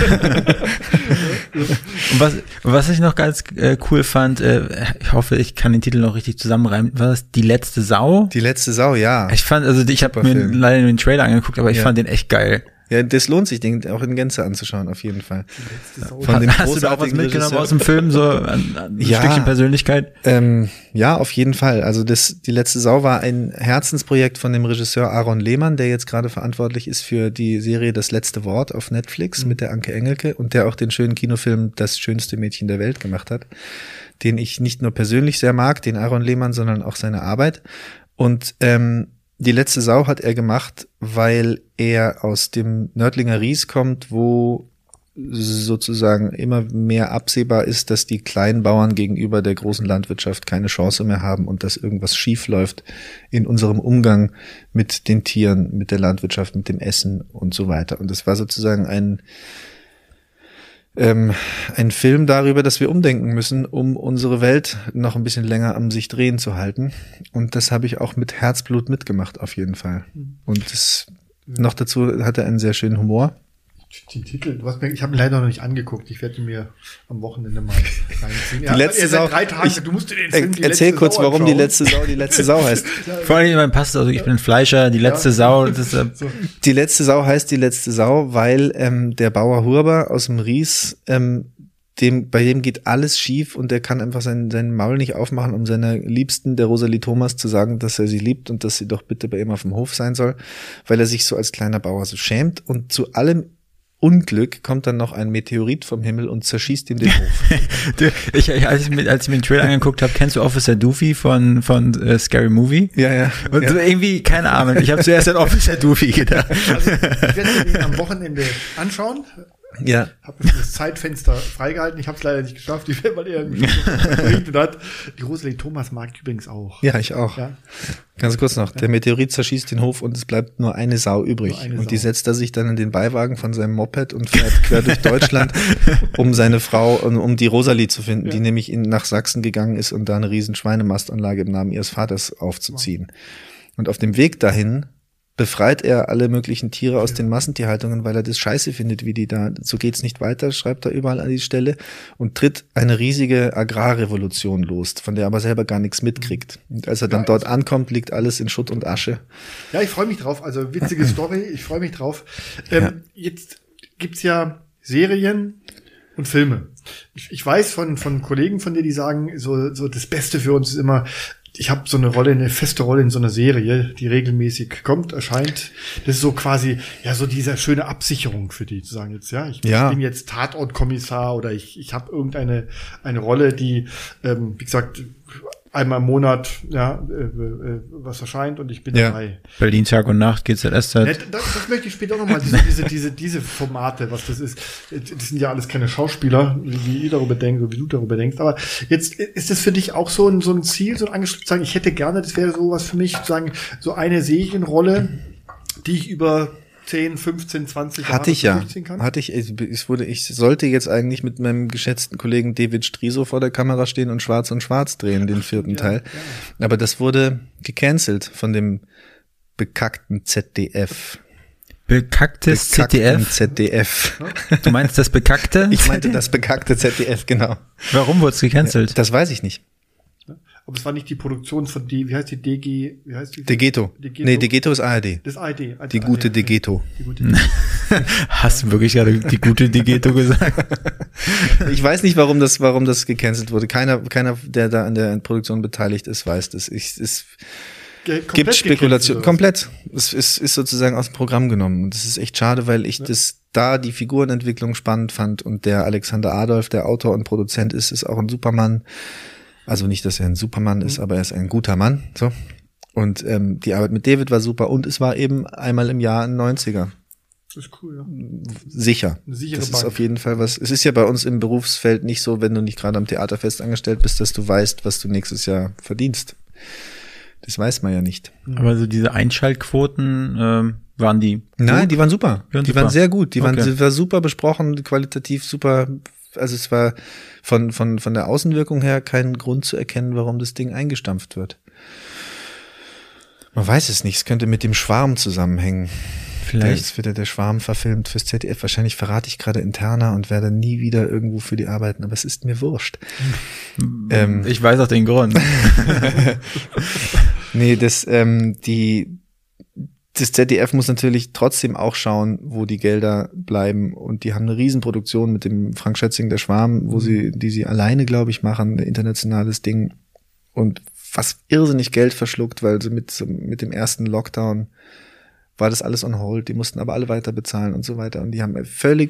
Und was ich noch ganz cool fand, ich hoffe, ich kann den Titel noch richtig zusammenreimen, war das Die letzte Sau? Die letzte Sau, ja. Ich habe mir leider nur den Trailer angeguckt, aber ich fand den echt geil. Ja, das lohnt sich, den auch in Gänze anzuschauen, auf jeden Fall. Hast du da auch was mitgenommen aus dem Film, so ein Stückchen Persönlichkeit? Ja, auf jeden Fall. Also Die letzte Sau war ein Herzensprojekt von dem Regisseur Aaron Lehmann, der jetzt gerade verantwortlich ist für die Serie Das letzte Wort auf Netflix mit der Anke Engelke und der auch den schönen Kinofilm Das schönste Mädchen der Welt gemacht hat, den ich nicht nur persönlich sehr mag, den Aaron Lehmann, sondern auch seine Arbeit. Und Die letzte Sau hat er gemacht, weil er aus dem Nördlinger Ries kommt, wo sozusagen immer mehr absehbar ist, dass die Kleinbauern gegenüber der großen Landwirtschaft keine Chance mehr haben und dass irgendwas schief läuft in unserem Umgang mit den Tieren, mit der Landwirtschaft, mit dem Essen und so weiter. Und das war sozusagen ein Film darüber, dass wir umdenken müssen, um unsere Welt noch ein bisschen länger am sich drehen zu halten. Und das habe ich auch mit Herzblut mitgemacht, auf jeden Fall. Und noch dazu hat er einen sehr schönen Humor. Den Titel, ich habe ihn leider noch nicht angeguckt. Ich werde ihn mir am Wochenende mal reinziehen. Die letzte Sau. 3 Tage, du musst den Film erzähl kurz, warum die letzte Sau heißt. Vor allem in meinem Pass, also ich bin ein Fleischer, die letzte Sau. Die letzte Sau heißt die letzte Sau, weil der Bauer Huber aus dem Ries, bei dem geht alles schief und der kann einfach seinen Maul nicht aufmachen, um seiner Liebsten, der Rosalie Thomas, zu sagen, dass er sie liebt und dass sie doch bitte bei ihm auf dem Hof sein soll, weil er sich so als kleiner Bauer so schämt und zu allem Unglück kommt dann noch ein Meteorit vom Himmel und zerschießt ihm den Hof. Als ich mir den Trailer angeguckt habe, kennst du Officer Doofy von Scary Movie? Ja. Und so irgendwie, keine Ahnung, ich habe zuerst an Officer Doofy gedacht. Also, ich werde ihn am Wochenende anschauen. Ja. Habe das Zeitfenster freigehalten. Ich habe es leider nicht geschafft, weil er mich berichtet hat. Die Rosalie Thomas mag ich übrigens auch. Ja, ich auch. Ja. Ganz kurz noch. Der Meteorit zerschießt den Hof und es bleibt nur eine Sau übrig. Und die setzt er sich dann in den Beiwagen von seinem Moped und fährt quer durch Deutschland, um seine Frau, um die Rosalie zu finden, die nämlich nach Sachsen gegangen ist und da eine riesen Schweinemastanlage im Namen ihres Vaters aufzuziehen. Und auf dem Weg dahin befreit er alle möglichen Tiere aus den Massentierhaltungen, weil er das scheiße findet, wie die da, so geht's nicht weiter, schreibt er überall an die Stelle und tritt eine riesige Agrarrevolution los, von der er aber selber gar nichts mitkriegt. Und als er dann dort ankommt, liegt alles in Schutt und Asche. Ja, ich freue mich drauf, also witzige Story, ich freue mich drauf. Jetzt gibt's ja Serien und Filme. Ich weiß von Kollegen von dir, die sagen, so das Beste für uns ist immer ich habe so eine feste Rolle in so einer Serie, die regelmäßig kommt, erscheint. Das ist so quasi, ja, so diese schöne Absicherung für die, zu sagen jetzt, ja, ich bin jetzt Tatortkommissar oder ich habe irgendeine Rolle, die, wie gesagt, einmal im Monat, was erscheint und ich bin dabei. Berlin Tag und Nacht, GZSZ. Das möchte ich später auch nochmal, diese Formate, was das ist. Das sind ja alles keine Schauspieler, wie ihr darüber denkt, oder wie du darüber denkst. Aber jetzt ist das für dich auch so ein Ziel, so ein angestrebt, sagen, ich hätte gerne, das wäre sowas für mich, sagen, so eine Serienrolle, die ich über 10, 15, 20 Jahre durchziehen kann? Ich sollte jetzt eigentlich mit meinem geschätzten Kollegen David Striso vor der Kamera stehen und Schwarz drehen, den 4. Teil. Ja. Aber das wurde gecancelt von dem bekackten ZDF. Bekacktes ZDF. Du meinst das bekackte? Ich meinte das bekackte ZDF, genau. Warum wurde es gecancelt? Das weiß ich nicht. Aber es war nicht die Produktion von wie heißt die DG, wie heißt die? Degeto. Nee, Degeto ist ARD. Das ARD. Die gute Degeto. Hast du wirklich gerade die gute Degeto gesagt? Ich weiß nicht, warum das gecancelt wurde. Keiner, der da an der Produktion beteiligt ist, weiß das. Es gibt Spekulation. Komplett. Es ist sozusagen aus dem Programm genommen. Und das ist echt schade, weil ich die Figurenentwicklung spannend fand und der Alexander Adolf, der Autor und Produzent ist auch ein Supermann. Also nicht, dass er ein Supermann ist, aber er ist ein guter Mann. So. Und die Arbeit mit David war super. Und es war eben einmal im Jahr ein 90er. Das ist cool, ja. Sicher. Eine sichere das Bank. Ist auf jeden Fall was. Es ist ja bei uns im Berufsfeld nicht so, wenn du nicht gerade am Theaterfest angestellt bist, dass du weißt, was du nächstes Jahr verdienst. Das weiß man ja nicht. Aber so diese Einschaltquoten, waren die gut? Nein, die waren super. Die waren sehr gut. Die war super besprochen, qualitativ super. Also es war von der Außenwirkung her kein Grund zu erkennen, warum das Ding eingestampft wird. Man weiß es nicht. Es könnte mit dem Schwarm zusammenhängen. Vielleicht wird der Schwarm verfilmt fürs ZDF. Wahrscheinlich verrate ich gerade interner und werde nie wieder irgendwo für die arbeiten, aber es ist mir wurscht. Ich weiß auch den Grund. Nee, das ZDF muss natürlich trotzdem auch schauen, wo die Gelder bleiben. Und die haben eine Riesenproduktion mit dem Frank Schätzing, der Schwarm, die sie alleine, glaube ich, machen, ein internationales Ding. Und was irrsinnig Geld verschluckt, weil so mit dem ersten Lockdown war das alles on hold. Die mussten aber alle weiter bezahlen und so weiter. Und die haben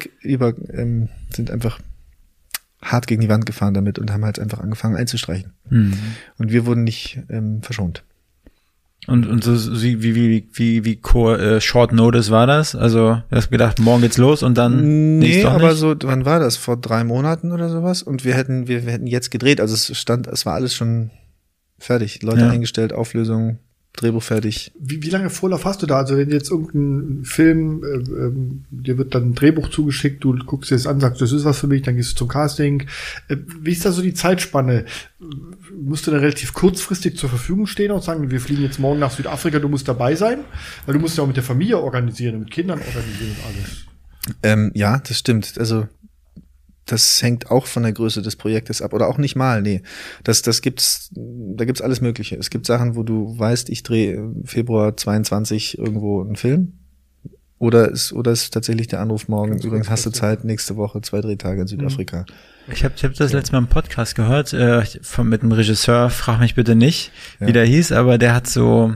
sind einfach hart gegen die Wand gefahren damit und haben halt einfach angefangen einzustreichen. Mhm. Und wir wurden nicht verschont. Und so wie Short Notice war das? Also, du hast gedacht, morgen geht's los und dann nee, aber so, wann war das? Vor 3 Monaten oder sowas? Und wir hätten jetzt gedreht. Also es war alles schon fertig. Leute eingestellt, Auflösung, Drehbuch fertig. Wie lange Vorlauf hast du da? Also wenn jetzt irgendein Film, dir wird dann ein Drehbuch zugeschickt, du guckst dir das an, sagst, das ist was für mich, dann gehst du zum Casting. Wie ist da so die Zeitspanne? Musst du dann relativ kurzfristig zur Verfügung stehen und sagen, wir fliegen jetzt morgen nach Südafrika, du musst dabei sein? Weil du musst ja auch mit der Familie organisieren und mit Kindern organisieren und alles. Ja, das stimmt. Also das hängt auch von der Größe des Projektes ab. Oder auch nicht mal, nee. Da gibt's alles Mögliche. Es gibt Sachen, wo du weißt, ich drehe Februar 22 irgendwo einen Film. Oder ist tatsächlich der Anruf morgen, übrigens hast du Zeit, nächste Woche 2 Drehtage in Südafrika. Ich hab das letzte Mal im Podcast gehört, mit einem Regisseur, frag mich bitte nicht, wie der hieß, aber der hat so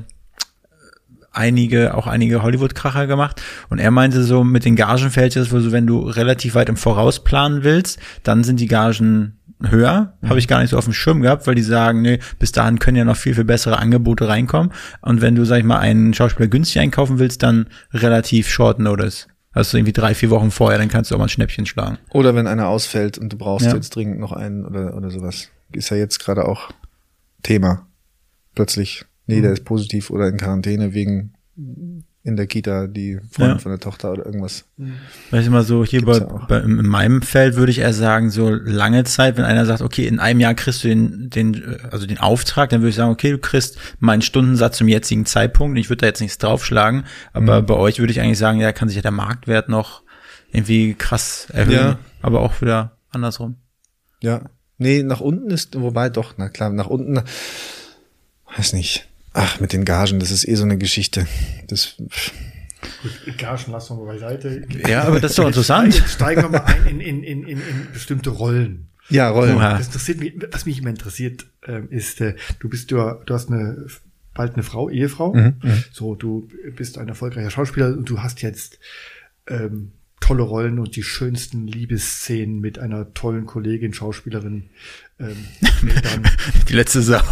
einige Hollywood-Kracher gemacht und er meinte so, mit den Gagen fällt es wohl so, wenn du relativ weit im Voraus planen willst, dann sind die Gagen höher, habe ich gar nicht so auf dem Schirm gehabt, weil die sagen, nee, bis dahin können ja noch viel, viel bessere Angebote reinkommen und wenn du, sag ich mal, einen Schauspieler günstig einkaufen willst, dann relativ short notice. Also irgendwie 3-4 Wochen vorher, dann kannst du auch mal ein Schnäppchen schlagen. Oder wenn einer ausfällt und du brauchst jetzt dringend noch einen oder sowas. Ist ja jetzt gerade auch Thema. Plötzlich. Nee, der ist positiv oder in Quarantäne wegen in der Kita die Freundin von der Tochter oder irgendwas. Weißt du mal so, hier in meinem Feld würde ich eher sagen, so lange Zeit, wenn einer sagt, okay, in einem Jahr kriegst du den Auftrag, dann würde ich sagen, okay, du kriegst meinen Stundensatz zum jetzigen Zeitpunkt, ich würde da jetzt nichts draufschlagen, aber bei euch würde ich eigentlich sagen, ja, kann sich ja der Marktwert noch irgendwie krass erhöhen, aber auch wieder andersrum. Ja, nee, nach unten wobei doch, na klar, nach unten, weiß nicht. Ach, mit den Gagen, das ist so eine Geschichte. Gut, Gagen lassen wir mal beiseite. Ja, aber das ist doch interessant. Jetzt steigen wir mal ein in bestimmte Rollen. Ja, Rollen. Das interessiert mich, was mich immer interessiert. ist, du hast bald eine Ehefrau. So, du bist ein erfolgreicher Schauspieler und du hast jetzt tolle Rollen und die schönsten Liebesszenen mit einer tollen Kollegin, Schauspielerin. Die letzte Sau.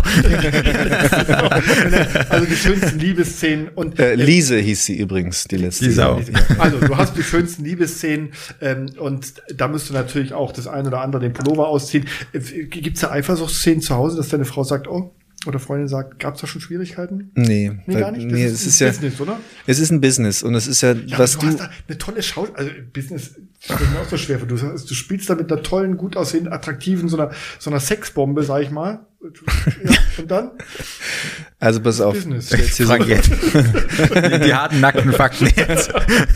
Also die schönsten Liebesszenen. Und Lise hieß sie übrigens, die letzte. Die Sau. Also du hast die schönsten Liebesszenen und da musst du natürlich auch das ein oder andere den Pullover ausziehen. Gibt's da Eifersuchtsszenen zu Hause, dass deine Frau sagt, oh, oder Freundin sagt, gab's da schon Schwierigkeiten? Nee, gar nicht? Das ist ein Business, oder? Es ist ein Business und es ist ja, was du hast da eine tolle also Business ist mir auch so schwer, du spielst da mit einer tollen, gut aussehenden, attraktiven, so einer Sexbombe, sag ich mal. Ja, und dann? Also pass auf. Business. Frag jetzt. Die harten, nackten Fakten jetzt.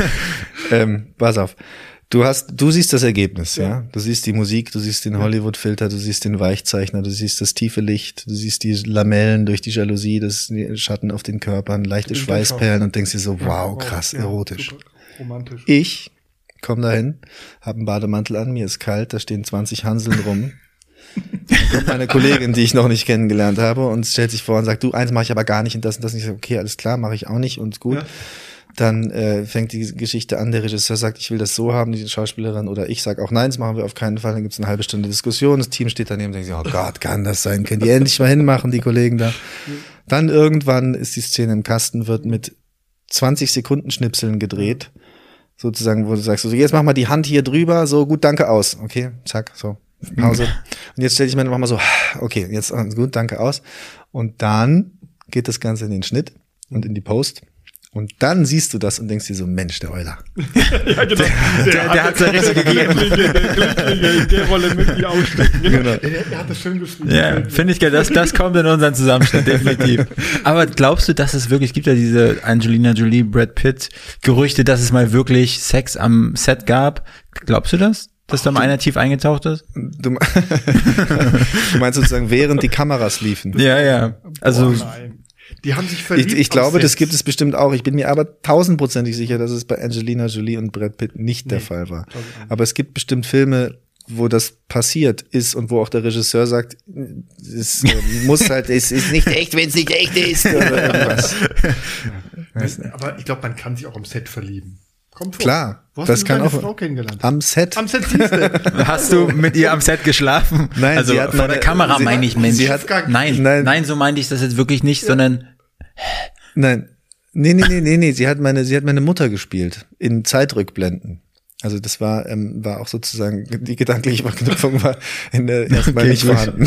Pass auf. Du siehst das Ergebnis, ja. Du siehst die Musik, du siehst den Hollywood-Filter, du siehst den Weichzeichner, du siehst das tiefe Licht, du siehst die Lamellen durch die Jalousie, die Schatten auf den Körpern, leichte Schweißperlen und denkst dir so, wow, krass, erotisch. Super romantisch. Ich komm dahin, hab einen Bademantel an, mir ist kalt, da stehen 20 Hanseln rum. Dann kommt meine Kollegin, die ich noch nicht kennengelernt habe und stellt sich vor und sagt, du, eins mache ich aber gar nicht und das und das. Und ich sage, okay, alles klar, mache ich auch nicht und gut. Ja. Dann fängt die Geschichte an, der Regisseur sagt, ich will das so haben, die Schauspielerin, oder ich sage auch, nein, das machen wir auf keinen Fall. Dann gibt's eine halbe Stunde Diskussion, das Team steht daneben und denkt sich, oh Gott, kann das sein? Können die endlich mal hinmachen, die Kollegen da? Dann irgendwann ist die Szene im Kasten, wird mit 20 Sekunden Schnipseln gedreht, sozusagen, wo du sagst, so, jetzt mach mal die Hand hier drüber, so, gut, danke, aus. Okay, zack, so, Pause. Und jetzt stell dich mal, mach mal so, okay, jetzt gut, danke, aus. Und dann geht das Ganze in den Schnitt und in die Post. Und dann siehst du das und denkst dir so, Mensch, der Euler. Ja, genau. Der hat's ja richtig gegeben. Der wolle mit dir ausstecken. Genau. Der hat das schön geschrieben. Ja, finde ich geil. Das kommt in unseren Zusammenschnitt, definitiv. Aber glaubst du, dass es wirklich, gibt ja diese Angelina Jolie, Brad Pitt Gerüchte, dass es mal wirklich Sex am Set gab? Glaubst du das? Dass da mal einer tief eingetaucht ist? Du meinst sozusagen, während die Kameras liefen? Ja. Also, nein. Die haben sich verliebt. Ich glaube, das gibt es bestimmt auch. Ich bin mir aber 1000%ig sicher, dass es bei Angelina Jolie und Brad Pitt nicht der Fall war. Aber es gibt bestimmt Filme, wo das passiert ist und wo auch der Regisseur sagt, es muss halt, es ist nicht echt, wenn es nicht echt ist oder irgendwas. Aber ich glaube, man kann sich auch am Set verlieben. Kommt vor. Klar, wo hast das du kann deine auch Frau kennengelernt? Am Set. Am Set siehst du. Hast du mit ihr am Set geschlafen? Nein, also sie hat vor der Kamera meine ich, Mensch. Nein, so meinte ich das jetzt wirklich nicht, sondern Nein. Nee. Sie hat meine Mutter gespielt in Zeitrückblenden. Also das war auch sozusagen, die gedankliche Verknüpfung war erstmal nicht vorhanden.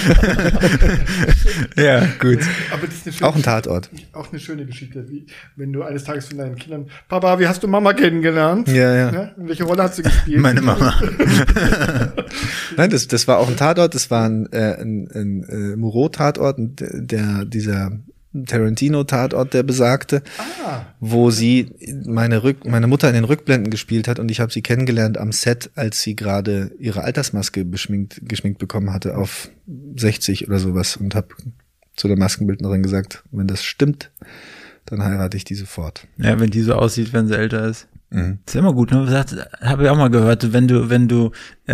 Ja, gut. Aber das ist eine schöne auch ein Tatort. Auch eine schöne Geschichte, wie wenn du eines Tages von deinen Kindern, Papa, wie hast du Mama kennengelernt? Ja. In welche Rolle hat sie gespielt? Meine Mama. Nein, das war auch ein Tatort, das war ein Moureau-Tatort, dieser Tarantino-Tatort, der besagte, wo sie meine Mutter in den Rückblenden gespielt hat und ich habe sie kennengelernt am Set, als sie gerade ihre Altersmaske geschminkt bekommen hatte auf 60 oder sowas und habe zu der Maskenbildnerin gesagt, wenn das stimmt, dann heirate ich die sofort. Ja, wenn die so aussieht, wenn sie älter ist. Mhm. Ist ja immer gut, ne? Habe ich auch mal gehört, wenn du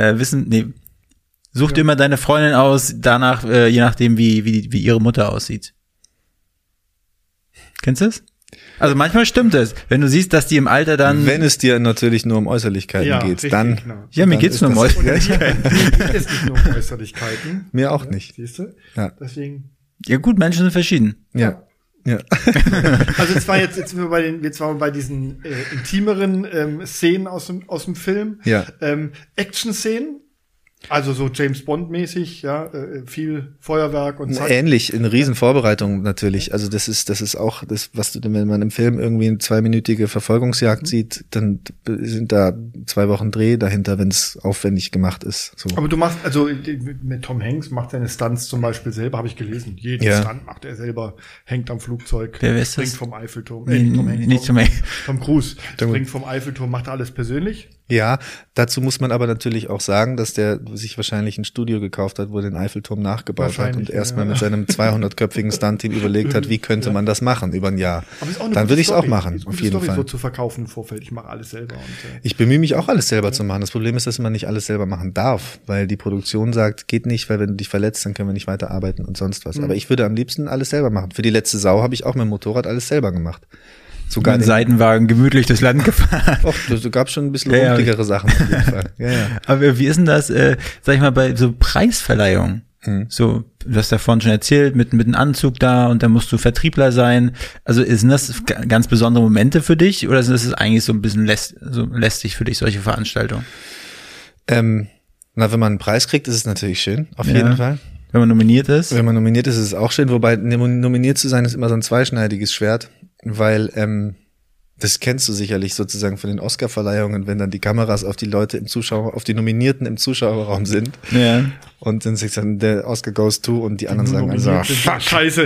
such dir immer deine Freundin aus, danach, je nachdem, wie ihre Mutter aussieht. Kennst du das? Also manchmal stimmt es. Wenn du siehst, dass die im Alter dann... Wenn es dir natürlich nur um Äußerlichkeiten geht, richtig, dann... Genau. Ja, mir geht's nur um Äußerlichkeiten. Mir geht es nicht nur um Äußerlichkeiten. Mir auch nicht. Siehst du? Ja. Deswegen... Ja gut, Menschen sind verschieden. Ja. Also jetzt sind wir bei diesen intimeren Szenen aus dem Film. Ja. Action-Szenen. Also so James Bond-mäßig, ja, viel Feuerwerk und zack. Ähnlich, in Riesenvorbereitung natürlich. Also das ist auch das, was du, wenn man im Film irgendwie eine 2-minütige Verfolgungsjagd sieht, dann sind da 2 Wochen Dreh dahinter, wenn es aufwendig gemacht ist. So. Aber du machst, also mit Tom Hanks macht seine Stunts zum Beispiel selber, habe ich gelesen. Jeden Stunt macht er selber, hängt am Flugzeug, springt vom Eiffelturm. Tom Cruise springt vom Eiffelturm, macht alles persönlich. Ja, dazu muss man aber natürlich auch sagen, dass der sich wahrscheinlich ein Studio gekauft hat, wo er den Eiffelturm nachgebaut hat und Wahrscheinlich, erstmal mit seinem 200-köpfigen Stunt-Team überlegt hat, wie könnte man das machen über ein Jahr. Aber ist auch eine Dann gute würde ich es auch Story. machen, Ist eine auf gute jeden Story, Fall. so zu verkaufen im Vorfeld. Ich mache alles selber. Ich bemühe mich auch, alles selber zu machen. Das Problem ist, dass man nicht alles selber machen darf, weil die Produktion sagt, geht nicht, weil wenn du dich verletzt, dann können wir nicht weiter arbeiten und sonst was. Aber ich würde am liebsten alles selber machen. Für die letzte Sau habe ich auch mit dem Motorrad alles selber gemacht. Sogar Mit dem Seitenwagen gemütlich durchs Land gefahren. Och, da gab schon ein bisschen Ja, rumpligere Sachen auf jeden Fall. Ja. Aber wie ist denn das, sag ich mal, bei so Preisverleihungen? So, du hast ja vorhin schon erzählt, mit einem Anzug da und dann musst du Vertriebler sein. Also sind das ganz besondere Momente für dich oder ist das eigentlich so ein bisschen lästig für dich, solche Veranstaltungen? Wenn man einen Preis kriegt, ist es natürlich schön, auf jeden Fall. Wenn man nominiert ist? Wenn man nominiert ist, ist es auch schön, wobei nominiert zu sein ist immer so ein zweischneidiges Schwert, weil das kennst du sicherlich sozusagen von den Oscar-Verleihungen, wenn dann die Kameras auf die Leute auf die Nominierten im Zuschauerraum sind. Ja. Und dann sagt dann der Oscar goes to und die anderen sagen also, fuck, Scheiße.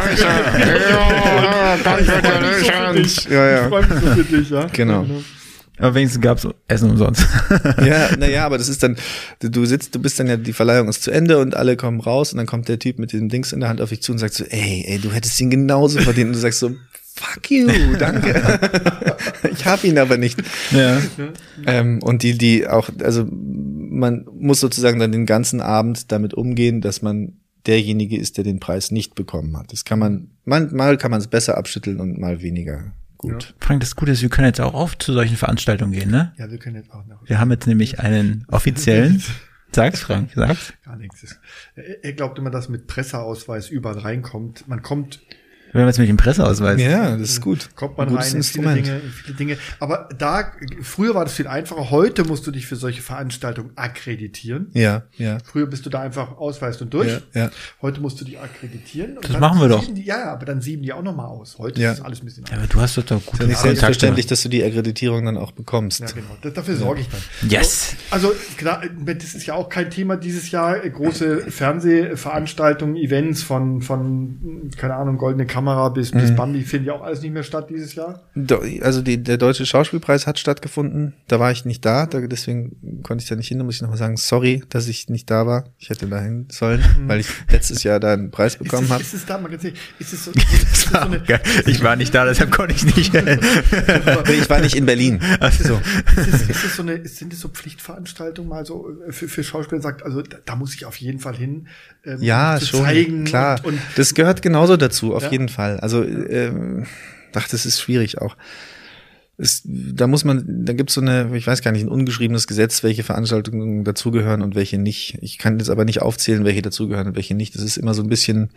Ja. Ich freue mich so für dich, ja. Genau. Aber wenigstens gab's Essen umsonst. Ja, aber das ist dann, du bist dann ja, die Verleihung ist zu Ende und alle kommen raus und dann kommt der Typ mit dem Dings in der Hand auf dich zu und sagt so, ey, du hättest ihn genauso verdient. Und du sagst so, fuck you, danke. Ich hab ihn aber nicht. Ja. Und die auch, also man muss sozusagen dann den ganzen Abend damit umgehen, dass man derjenige ist, der den Preis nicht bekommen hat. Das kann mal kann man es besser abschütteln und mal weniger. Gut. Frank, das Gute ist, wir können jetzt auch oft zu solchen Veranstaltungen gehen, ne? Ja, wir können jetzt auch noch. Wir haben jetzt nämlich einen offiziellen, sag's Frank, sag's. Gar nichts. Er glaubt immer, dass mit Presseausweis überall reinkommt. Man kommt Wir haben jetzt mit dem Presseausweis. Ja, das ist gut. Kommt man Gutes rein in viele Dinge. Aber früher war das viel einfacher. Heute musst du dich für solche Veranstaltungen akkreditieren. Ja. Früher bist du da einfach ausweist und durch. Ja. Heute musst du dich akkreditieren. Und das machen wir doch. Aber dann sieben die auch nochmal aus. Heute ist alles ein bisschen anders. Ja, aber du hast doch gut. gute Ist ja nicht selbstverständlich, dass du die Akkreditierung dann auch bekommst. Ja, genau. Dafür sorge ich dann. Yes. Also klar, das ist ja auch kein Thema dieses Jahr. Große Fernsehveranstaltungen, Events von keine Ahnung, Goldene Kamera bis Bambi finden ja auch alles nicht mehr statt dieses Jahr. Also der Deutsche Schauspielpreis hat stattgefunden. Da war ich nicht da, deswegen konnte ich da nicht hin. Da muss ich nochmal sagen, sorry, dass ich nicht da war. Ich hätte da hin sollen, weil ich letztes Jahr da einen Preis bekommen habe. Ist es da, mal ganz ehrlich, ist es so, ich war nicht da, deshalb konnte ich nicht hin. Ich war nicht in Berlin. Also. Sind es so Pflichtveranstaltungen mal so für Schauspieler, sagt, also da muss ich auf jeden Fall hin, ja, zu schon, zeigen. Klar. Und das gehört genauso dazu, auf jeden Fall. Also, das ist schwierig auch. Da gibt's so ich weiß gar nicht, ein ungeschriebenes Gesetz, welche Veranstaltungen dazugehören und welche nicht. Ich kann jetzt aber nicht aufzählen, welche dazugehören und welche nicht. Das ist immer so ein bisschen,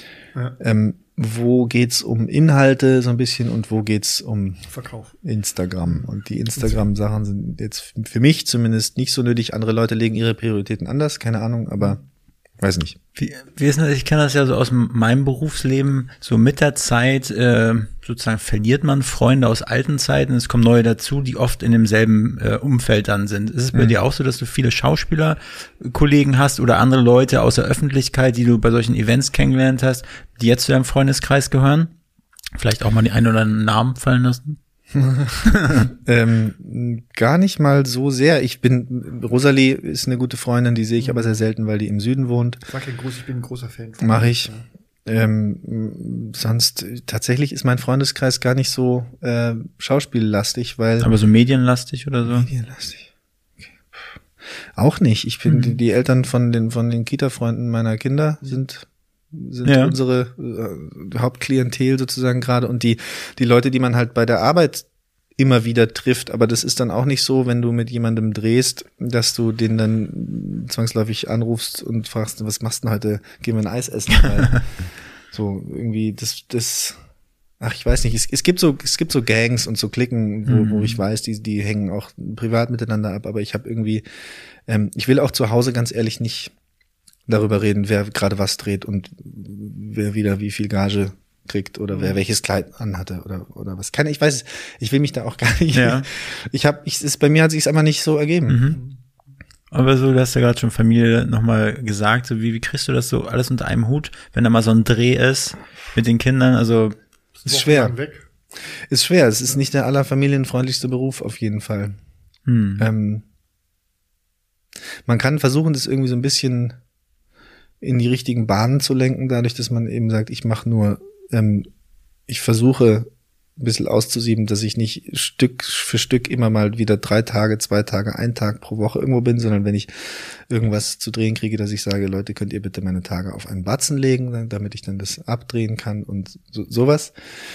wo geht's um Inhalte so ein bisschen und wo geht's um Verkauf. Instagram. Und die Instagram-Sachen sind jetzt für mich zumindest nicht so nötig. Andere Leute legen ihre Prioritäten anders, keine Ahnung, aber weiß nicht. Wie ist das? Ich kenne das ja so aus meinem Berufsleben, so mit der Zeit sozusagen verliert man Freunde aus alten Zeiten, es kommen neue dazu, die oft in demselben Umfeld dann sind. Ist es bei dir auch so, dass du viele Schauspielerkollegen hast oder andere Leute aus der Öffentlichkeit, die du bei solchen Events kennengelernt hast, die jetzt zu deinem Freundeskreis gehören? Vielleicht auch mal die einen oder anderen Namen fallen lassen? Gar nicht mal so sehr. Rosalie ist eine gute Freundin, die sehe ich aber sehr selten, weil die im Süden wohnt. Ich bin ein großer Fan. Mache ich. Sonst tatsächlich ist mein Freundeskreis gar nicht so schauspiellastig, weil. Aber so medienlastig oder so? Medienlastig. Okay. Auch nicht. Ich finde, die Eltern von den Kita-Freunden meiner Kinder sind unsere Hauptklientel sozusagen gerade und die Leute, die man halt bei der Arbeit immer wieder trifft, aber das ist dann auch nicht so, wenn du mit jemandem drehst, dass du den dann zwangsläufig anrufst und fragst, was machst du denn heute? Gehen wir ein Eis essen? Weil so irgendwie ich weiß nicht, es gibt so Gangs und so Cliquen, wo ich weiß, die hängen auch privat miteinander ab, aber ich habe irgendwie, ich will auch zu Hause ganz ehrlich nicht darüber reden, wer gerade was dreht und wer wieder wie viel Gage kriegt oder wer welches Kleid anhatte oder was. Ich weiß, ich will mich da auch gar nicht. Ja. Bei mir hat sich's einfach nicht so ergeben. Aber so, du hast ja gerade schon Familie nochmal gesagt, so wie kriegst du das so alles unter einem Hut, wenn da mal so ein Dreh ist mit den Kindern, also. Ist schwer. Ist schwer. Es ist nicht der allerfamilienfreundlichste Beruf auf jeden Fall. Man kann versuchen, das irgendwie so ein bisschen in die richtigen Bahnen zu lenken, dadurch, dass man eben sagt, ich versuche ein bisschen auszusieben, dass ich nicht Stück für Stück immer mal wieder 3 Tage, 2 Tage, 1 Tag pro Woche irgendwo bin, sondern wenn ich irgendwas zu drehen kriege, dass ich sage, Leute, könnt ihr bitte meine Tage auf einen Batzen legen, damit ich dann das abdrehen kann und sowas.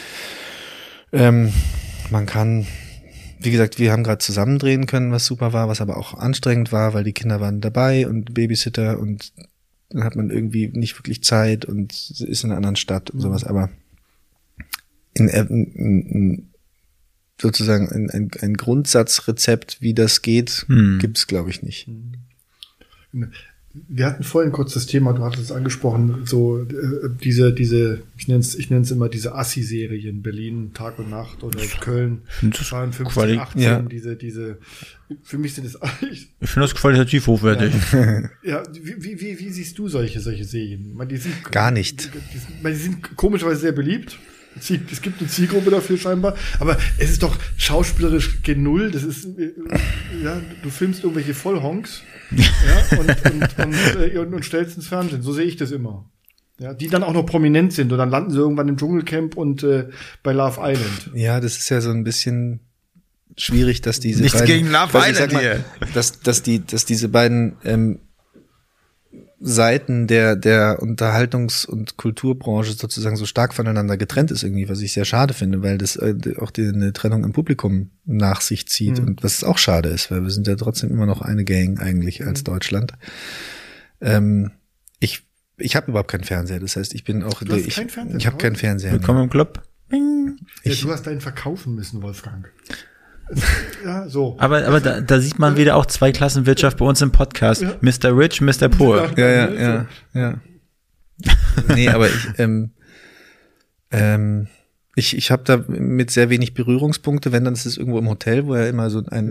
Man kann, wie gesagt, wir haben gerade zusammen drehen können, was super war, was aber auch anstrengend war, weil die Kinder waren dabei und Babysitter und dann hat man irgendwie nicht wirklich Zeit und ist in einer anderen Stadt und sowas, aber sozusagen ein Grundsatzrezept, wie das geht, gibt's, glaube ich, nicht. Wir hatten vorhin kurz das Thema, du hattest es angesprochen, so diese, ich nenn's immer diese Assi-Serien, Berlin, Tag und Nacht oder Köln, 52, 18, ja. diese, für mich sind es ich finde das qualitativ hochwertig. Ja, wie siehst du solche Serien? Ich meine, die sind gar nicht. Die sind komischerweise sehr beliebt. Es gibt eine Zielgruppe dafür scheinbar, aber es ist doch schauspielerisch G0, das ist, ja, du filmst irgendwelche Vollhonks, ja, und stellst ins Fernsehen, so sehe ich das immer. Ja, die dann auch noch prominent sind und dann landen sie irgendwann im Dschungelcamp und bei Love Island. Ja, das ist ja so ein bisschen schwierig, dass diese Nichts beiden, gegen Love Island hier. Dass diese beiden Seiten der Unterhaltungs- und Kulturbranche sozusagen so stark voneinander getrennt ist irgendwie, was ich sehr schade finde, weil das auch eine Trennung im Publikum nach sich zieht und was auch schade ist, weil wir sind ja trotzdem immer noch eine Gang eigentlich als Deutschland. Ich habe überhaupt keinen Fernseher, das heißt, ich bin auch ich habe keinen Fernseher. Willkommen im Club. Bing. Ja, du hast deinen verkaufen müssen, Wolfgang. Ja, so. Aber da sieht man wieder auch Zweiklassenwirtschaft bei uns im Podcast. Ja. Mr. Rich, Mr. Poor. Ja. Nee, aber ich habe da mit sehr wenig Berührungspunkte, wenn dann ist es irgendwo im Hotel, wo ja immer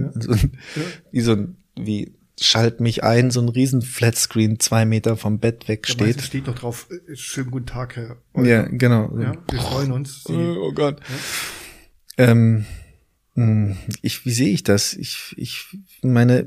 wie schalt mich ein, so ein riesen Flatscreen 2 Meter vom Bett weg steht. Da steht noch drauf, schönen guten Tag, Herr. Ja, genau. Ja, wir freuen uns. Oh Gott. Ja. Wie sehe ich das? Ich finde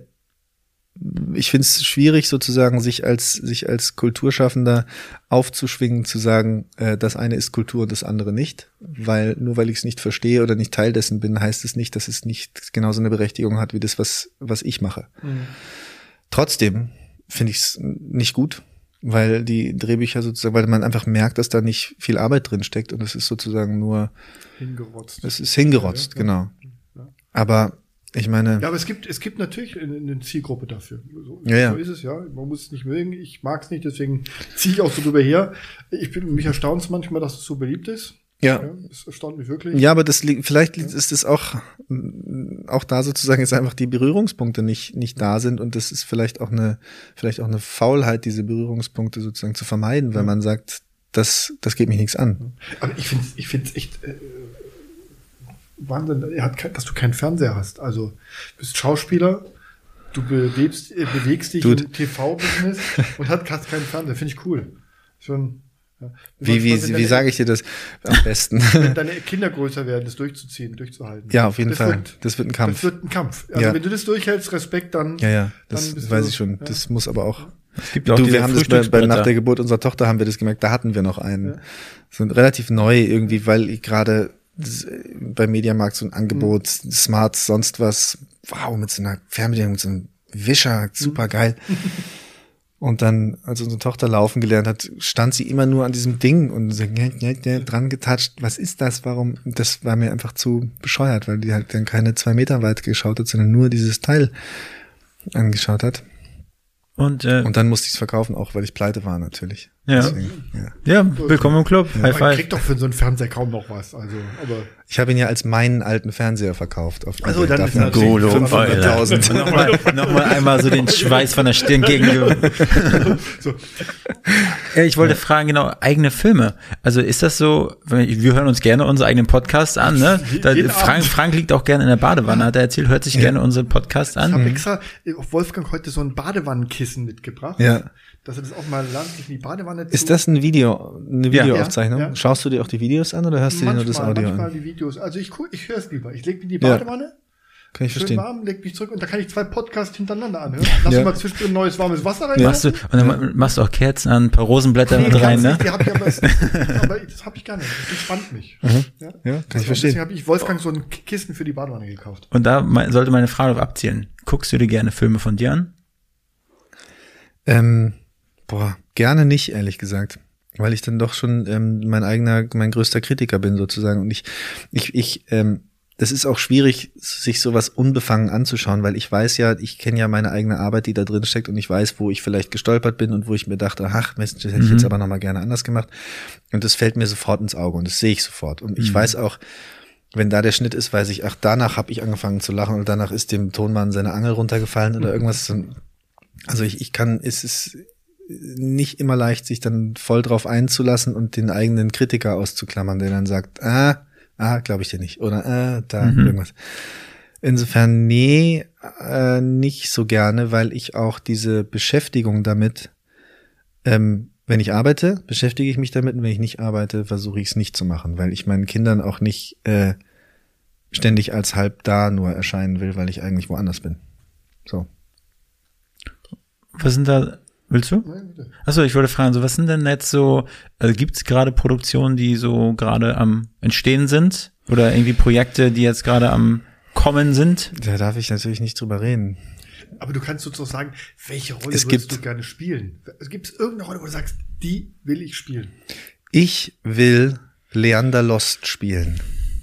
es schwierig, sozusagen sich als Kulturschaffender aufzuschwingen, zu sagen, das eine ist Kultur und das andere nicht, weil nur weil ich es nicht verstehe oder nicht Teil dessen bin, heißt es nicht, dass es nicht genauso eine Berechtigung hat wie das, was ich mache. Trotzdem finde ich es nicht gut, weil die Drehbücher sozusagen, weil man einfach merkt, dass da nicht viel Arbeit drin steckt und es ist sozusagen nur hingerotzt. Es ist hingerotzt, genau. Ja. Aber ich meine. Ja, aber es gibt natürlich eine Zielgruppe dafür. So ist es, ja. Man muss es nicht mögen. Ich mag es nicht, deswegen ziehe ich auch so drüber her. Mich erstaunt es manchmal, dass es so beliebt ist. Ja. Das erstaunt mich wirklich. Ja, aber vielleicht ist es auch da sozusagen jetzt einfach die Berührungspunkte nicht da sind und das ist vielleicht auch eine Faulheit, diese Berührungspunkte sozusagen zu vermeiden, weil man sagt, das geht mich nichts an. Aber ich finde es echt Wahnsinn, dass du keinen Fernseher hast. Also, du bist Schauspieler, du bewegst dich im TV-Business und hast keinen Fernseher. Finde ich cool. Schon. Ja. Wie sage ich dir das am besten? Wenn deine Kinder größer werden, das durchzuhalten. Ja, auf jeden Fall. Das wird ein Kampf. Das wird ein Kampf. Also wenn du das durchhältst, Respekt, dann. Ja, das weiß ich schon. Ja. Das muss aber auch. Es gibt auch wir haben das nach der Geburt unserer Tochter haben wir das gemerkt, da hatten wir noch einen. So relativ neu irgendwie, weil ich gerade bei Mediamarkt so ein Angebot, Smart, sonst was, wow, mit so einer Fernbedienung, mit so einem Wischer, super geil. Und dann, als unsere Tochter laufen gelernt hat, stand sie immer nur an diesem Ding und so dran getatscht. Was ist das? Warum? Das war mir einfach zu bescheuert, weil die halt dann keine 2 Meter weit geschaut hat, sondern nur dieses Teil angeschaut hat. Und dann musste ich es verkaufen, auch weil ich pleite war natürlich. Ja. Deswegen, ja, willkommen im Club. High five. Man kriegt doch für so einen Fernseher kaum noch was. Also, aber ich habe ihn ja als meinen alten Fernseher verkauft. Also dann ist natürlich Golo 500.000. Nochmal einmal so den Schweiß von der Stirn gegen. So. Ich wollte fragen, genau, eigene Filme. Also ist das so, wir hören uns gerne unsere eigenen Podcasts an, ne? Frank liegt auch gerne in der Badewanne, hat er erzählt, hört sich gerne unseren Podcast an. Ich habe extra auf Wolfgang heute so ein Badewannenkissen mitgebracht. Ja. Dass er das auch mal lernt, sich in die Badewanne zu. Ist das eine Videoaufzeichnung? Ja. Schaust du dir auch die Videos an oder hörst du dir nur das Audio an? Manchmal die Videos. Also ich höre es lieber. Ich lege mir die Badewanne kann ich schön verstehen. warm, leg mich zurück und da kann ich 2 Podcasts hintereinander anhören. Lass mal zwischendurch neues warmes Wasser rein. Und dann machst du auch Kerzen an, ein paar Rosenblätter mit rein, ne? Die hab ich aber das habe ich gerne. Das entspannt mich. Ja, kann ich verstehen. Deswegen habe ich Wolfgang so ein Kissen für die Badewanne gekauft. Und da sollte meine Frage darauf abzielen. Guckst du dir gerne Filme von dir an? Gerne nicht, ehrlich gesagt. Weil ich dann doch schon mein größter Kritiker bin sozusagen. Und das ist auch schwierig, sich sowas unbefangen anzuschauen, weil ich kenne ja meine eigene Arbeit, die da drin steckt und ich weiß, wo ich vielleicht gestolpert bin und wo ich mir dachte, ach Mist, das hätte ich jetzt aber nochmal gerne anders gemacht. Und das fällt mir sofort ins Auge und das sehe ich sofort. Und ich weiß auch, wenn da der Schnitt ist, weiß ich, ach, danach habe ich angefangen zu lachen und danach ist dem Tonmann seine Angel runtergefallen oder irgendwas. Also es ist nicht immer leicht, sich dann voll drauf einzulassen und den eigenen Kritiker auszuklammern, der dann sagt, glaube ich dir nicht. Oder irgendwas. Insofern, nicht so gerne, weil ich auch diese Beschäftigung damit, wenn ich arbeite, beschäftige ich mich damit und wenn ich nicht arbeite, versuche ich es nicht zu machen, weil ich meinen Kindern auch nicht ständig als halb da nur erscheinen will, weil ich eigentlich woanders bin. So. Was sind da, willst du? Nein, bitte. Achso, ich wollte fragen, was sind denn jetzt so, gibt es gerade Produktionen, die so gerade am Entstehen sind? Oder irgendwie Projekte, die jetzt gerade am Kommen sind? Da darf ich natürlich nicht drüber reden. Aber du kannst sozusagen sagen, welche Rolle würdest du gerne spielen? Gibt es irgendeine Rolle, wo du sagst, die will ich spielen? Ich will Leander Lost spielen.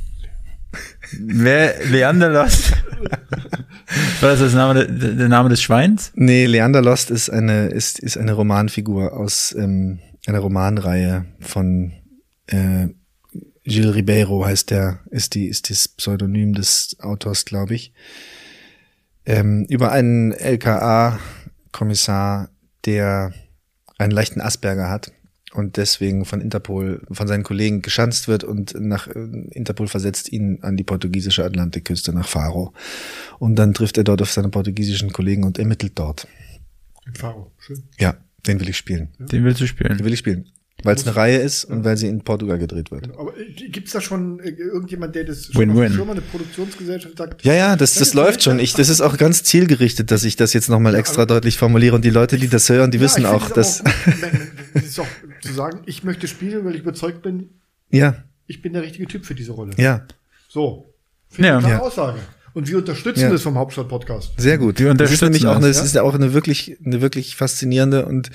Wer Leander Lost? War das der Name des Schweins? Nee, Leander Lost ist eine Romanfigur aus einer Romanreihe von Gilles Ribeiro heißt ist das Pseudonym des Autors, glaube ich. Über einen LKA-Kommissar, der einen leichten Asperger hat und deswegen von seinen Kollegen geschanzt wird und nach Interpol versetzt ihn an die portugiesische Atlantikküste nach Faro. Und dann trifft er dort auf seine portugiesischen Kollegen und ermittelt dort. In Faro, schön. Ja, den will ich spielen. Den willst du spielen? Den will ich spielen. Weil es eine Reihe ist und weil sie in Portugal gedreht wird. Aber gibt's da schon irgendjemand, der das schon mal eine Produktionsgesellschaft sagt? Ja, das läuft schon. Das ist auch ganz zielgerichtet, dass ich das jetzt nochmal extra deutlich formuliere. Und die Leute, die das hören, die wissen auch, dass... Das ist auch zu sagen, ich möchte spielen, weil ich überzeugt bin, ich bin der richtige Typ für diese Rolle. Ja. So. Finde ich eine klare Aussage. Und wir unterstützen das vom Hauptstadt-Podcast. Sehr gut. Wir unterstützen das ist ja auch eine wirklich faszinierende und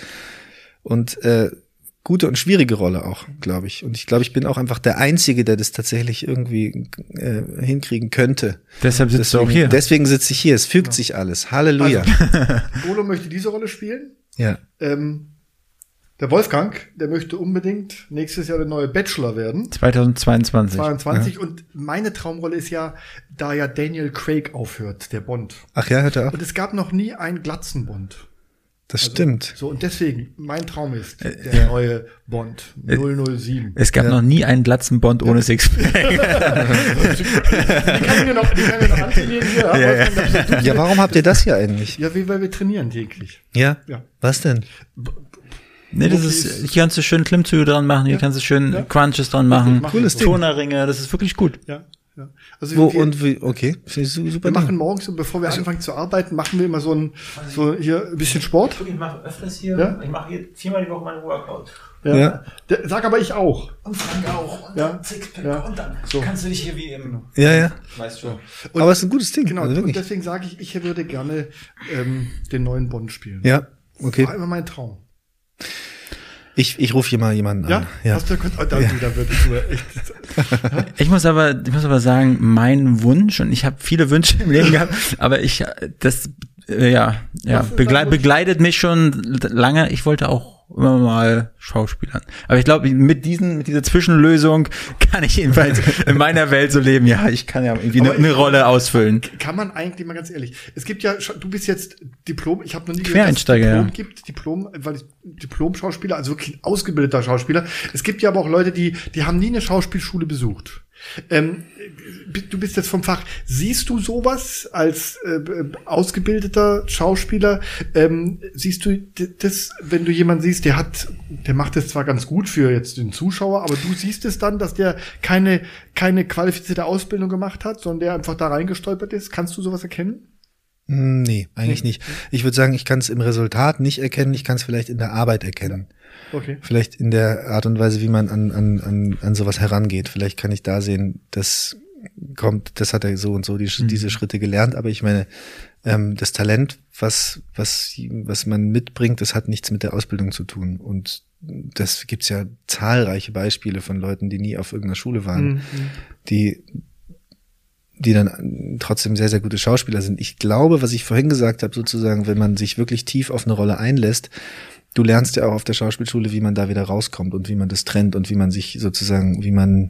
gute und schwierige Rolle auch, glaube ich. Und ich glaube, ich bin auch einfach der Einzige, der das tatsächlich irgendwie hinkriegen könnte. Deshalb sitzt du auch hier. Deswegen sitze ich hier. Es fügt sich alles. Halleluja. Also, Golo möchte diese Rolle spielen. Ja. Der Wolfgang, der möchte unbedingt nächstes Jahr der neue Bachelor werden. 2022. Ja. Und meine Traumrolle ist ja, da ja Daniel Craig aufhört, der Bond. Ach ja, hört er auf? Und es gab noch nie einen Glatzen-Bond. Das stimmt. So, und deswegen, mein Traum ist der neue Bond 007. Es gab noch nie einen Glatzen-Bond ohne Sixpack. Die kann ich noch antrainieren hier. Ja, warum habt ihr das hier eigentlich? Ja, weil wir trainieren täglich. Ja? Was denn? Nee, das ist, hier kannst du schön Klimmzüge dran machen, hier kannst du schön Crunches dran machen. Cooles Ding. Turnerringe, das ist wirklich gut. Ja. Also okay, super. Wir machen morgens, bevor wir anfangen zu arbeiten, machen wir immer so hier ein bisschen Sport. Ich mache öfters hier, ich mache hier 4-mal die Woche meine Workout. Ja. Sag aber ich auch. Und Frank auch. Und dann Sixpack. Und dann kannst du dich hier wie im... Ja. Weißt schon. Und, aber es ist ein gutes Ding. Genau, also und deswegen sage ich würde gerne den neuen Bond spielen. Ja, okay. Das war immer mein Traum. Ich rufe hier mal jemanden an. Ja? Hast du, da würdest du echt... Ich muss aber sagen, mein Wunsch, und ich habe viele Wünsche im Leben gehabt, aber begleitet mich schon lange. Ich wollte auch immer mal Schauspielern. Aber ich glaube, mit dieser Zwischenlösung kann ich jedenfalls in meiner Welt so leben. Ja, ich kann ja irgendwie eine Rolle ausfüllen. Kann man eigentlich mal ganz ehrlich. Es gibt ja, du bist jetzt Diplom, ich habe noch nie Quereinsteiger, gehört, dass es Diplom-Schauspieler, also wirklich ein ausgebildeter Schauspieler. Es gibt ja aber auch Leute, die haben nie eine Schauspielschule besucht. Du bist jetzt vom Fach. Siehst du sowas als ausgebildeter Schauspieler? Siehst du das, wenn du jemanden siehst, der macht das zwar ganz gut für jetzt den Zuschauer, aber du siehst es dann, dass der keine qualifizierte Ausbildung gemacht hat, sondern der einfach da reingestolpert ist? Kannst du sowas erkennen? Nee, eigentlich nicht. Ich würde sagen, ich kann es im Resultat nicht erkennen, ich kann es vielleicht in der Arbeit erkennen. Okay. Vielleicht in der Art und Weise, wie man an sowas herangeht. Vielleicht kann ich da sehen, das hat er so und so diese Schritte gelernt, aber ich meine, das Talent, was man mitbringt, das hat nichts mit der Ausbildung zu tun. Und das gibt's ja zahlreiche Beispiele von Leuten, die nie auf irgendeiner Schule waren, die dann trotzdem sehr, sehr gute Schauspieler sind. Ich glaube, was ich vorhin gesagt habe, sozusagen, wenn man sich wirklich tief auf eine Rolle einlässt, du lernst ja auch auf der Schauspielschule, wie man da wieder rauskommt und wie man das trennt und wie man sich sozusagen, wie man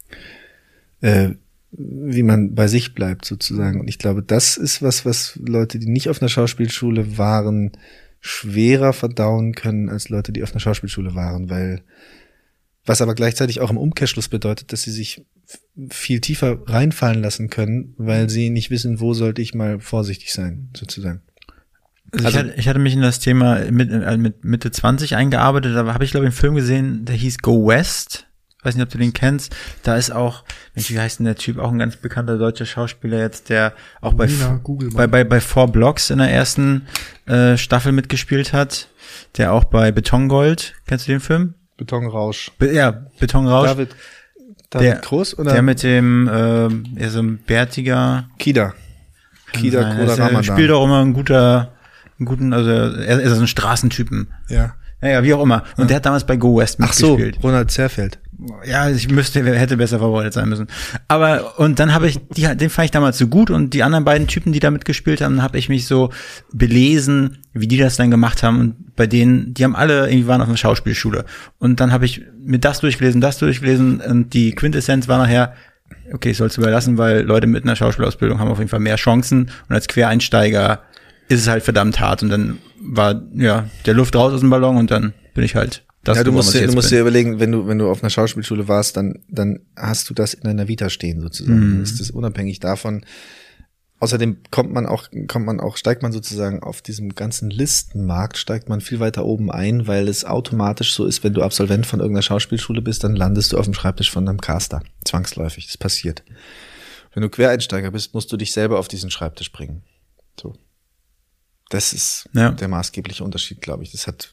bei sich bleibt sozusagen. Und ich glaube, das ist was Leute, die nicht auf einer Schauspielschule waren, schwerer verdauen können als Leute, die auf einer Schauspielschule waren, weil was aber gleichzeitig auch im Umkehrschluss bedeutet, dass sie sich viel tiefer reinfallen lassen können, weil sie nicht wissen, wo sollte ich mal vorsichtig sein, sozusagen. Also ich hatte mich in das Thema mit Mitte 20 eingearbeitet, da habe ich, glaube ich, einen Film gesehen, der hieß Go West. Ich weiß nicht, ob du den kennst. Da ist auch, Mensch, wie heißt denn der Typ? Auch ein ganz bekannter deutscher Schauspieler jetzt, der auch bei 4 Blocks in der ersten Staffel mitgespielt hat, der auch bei Betongold, kennst du den Film? Betonrausch. Betonrausch. David Groß oder? Der mit dem, so ein bärtiger. Kida Koda Ramadan. Spielt auch immer also er ist so ein Straßentypen. Ja. Naja, wie auch immer. Und der hat damals bei Go West mitgespielt. Ach so, Ronald Zerfeld. Ja, hätte besser vorbereitet sein müssen. Aber, und dann habe ich, den fand ich damals so gut und die anderen beiden Typen, die da mitgespielt haben, habe ich mich so belesen, wie die das dann gemacht haben und bei denen, die haben alle irgendwie waren auf einer Schauspielschule. Und dann habe ich mir das durchgelesen und die Quintessenz war nachher, okay, ich soll es überlassen, weil Leute mit einer Schauspielausbildung haben auf jeden Fall mehr Chancen und als Quereinsteiger ist es halt verdammt hart und dann war, der Luft raus aus dem Ballon und dann bin ich halt du musst dir überlegen, wenn du auf einer Schauspielschule warst, dann hast du das in deiner Vita stehen sozusagen. Das ist unabhängig davon. Außerdem steigt man sozusagen auf diesem ganzen Listenmarkt, steigt man viel weiter oben ein, weil es automatisch so ist, wenn du Absolvent von irgendeiner Schauspielschule bist, dann landest du auf dem Schreibtisch von einem Caster. Zwangsläufig. Das passiert. Wenn du Quereinsteiger bist, musst du dich selber auf diesen Schreibtisch bringen. So. Das ist der maßgebliche Unterschied, glaube ich. Das hat,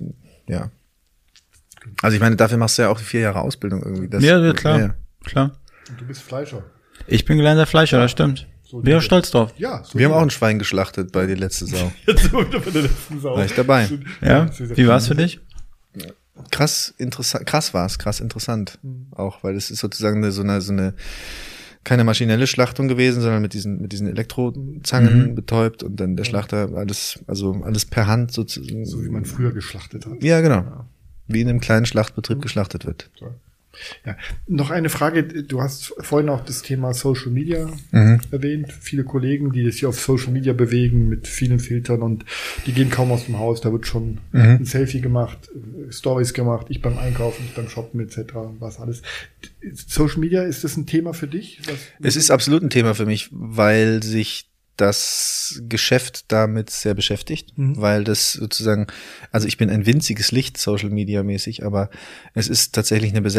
Also ich meine, dafür machst du ja auch 4 Jahre Ausbildung irgendwie. Klar. Und du bist Fleischer. Ich bin gelernter Fleischer, das stimmt. So bin auch stolz drauf. Ja. So wir haben auch ein Schwein geschlachtet bei der letzten Sau. Jetzt bei der letzten Sau. War ich dabei. Ja, wie war's für dich? Krass interessant. Auch, weil es ist sozusagen so eine keine maschinelle Schlachtung gewesen, sondern mit diesen Elektrozangen betäubt und dann der Schlachter alles per Hand sozusagen. So wie man früher geschlachtet hat. Ja, genau. Wie in einem kleinen Schlachtbetrieb geschlachtet wird. Ja. Noch eine Frage. Du hast vorhin auch das Thema Social Media erwähnt. Viele Kollegen, die sich auf Social Media bewegen mit vielen Filtern und die gehen kaum aus dem Haus. Da wird schon ein Selfie gemacht, Stories gemacht, ich beim Einkaufen, ich beim Shoppen etc. Was alles. Social Media, ist das ein Thema für dich? Es ist absolut ein Thema für mich, weil sich das Geschäft damit sehr beschäftigt, weil das sozusagen, also ich bin ein winziges Licht Social Media mäßig, aber es ist tatsächlich eine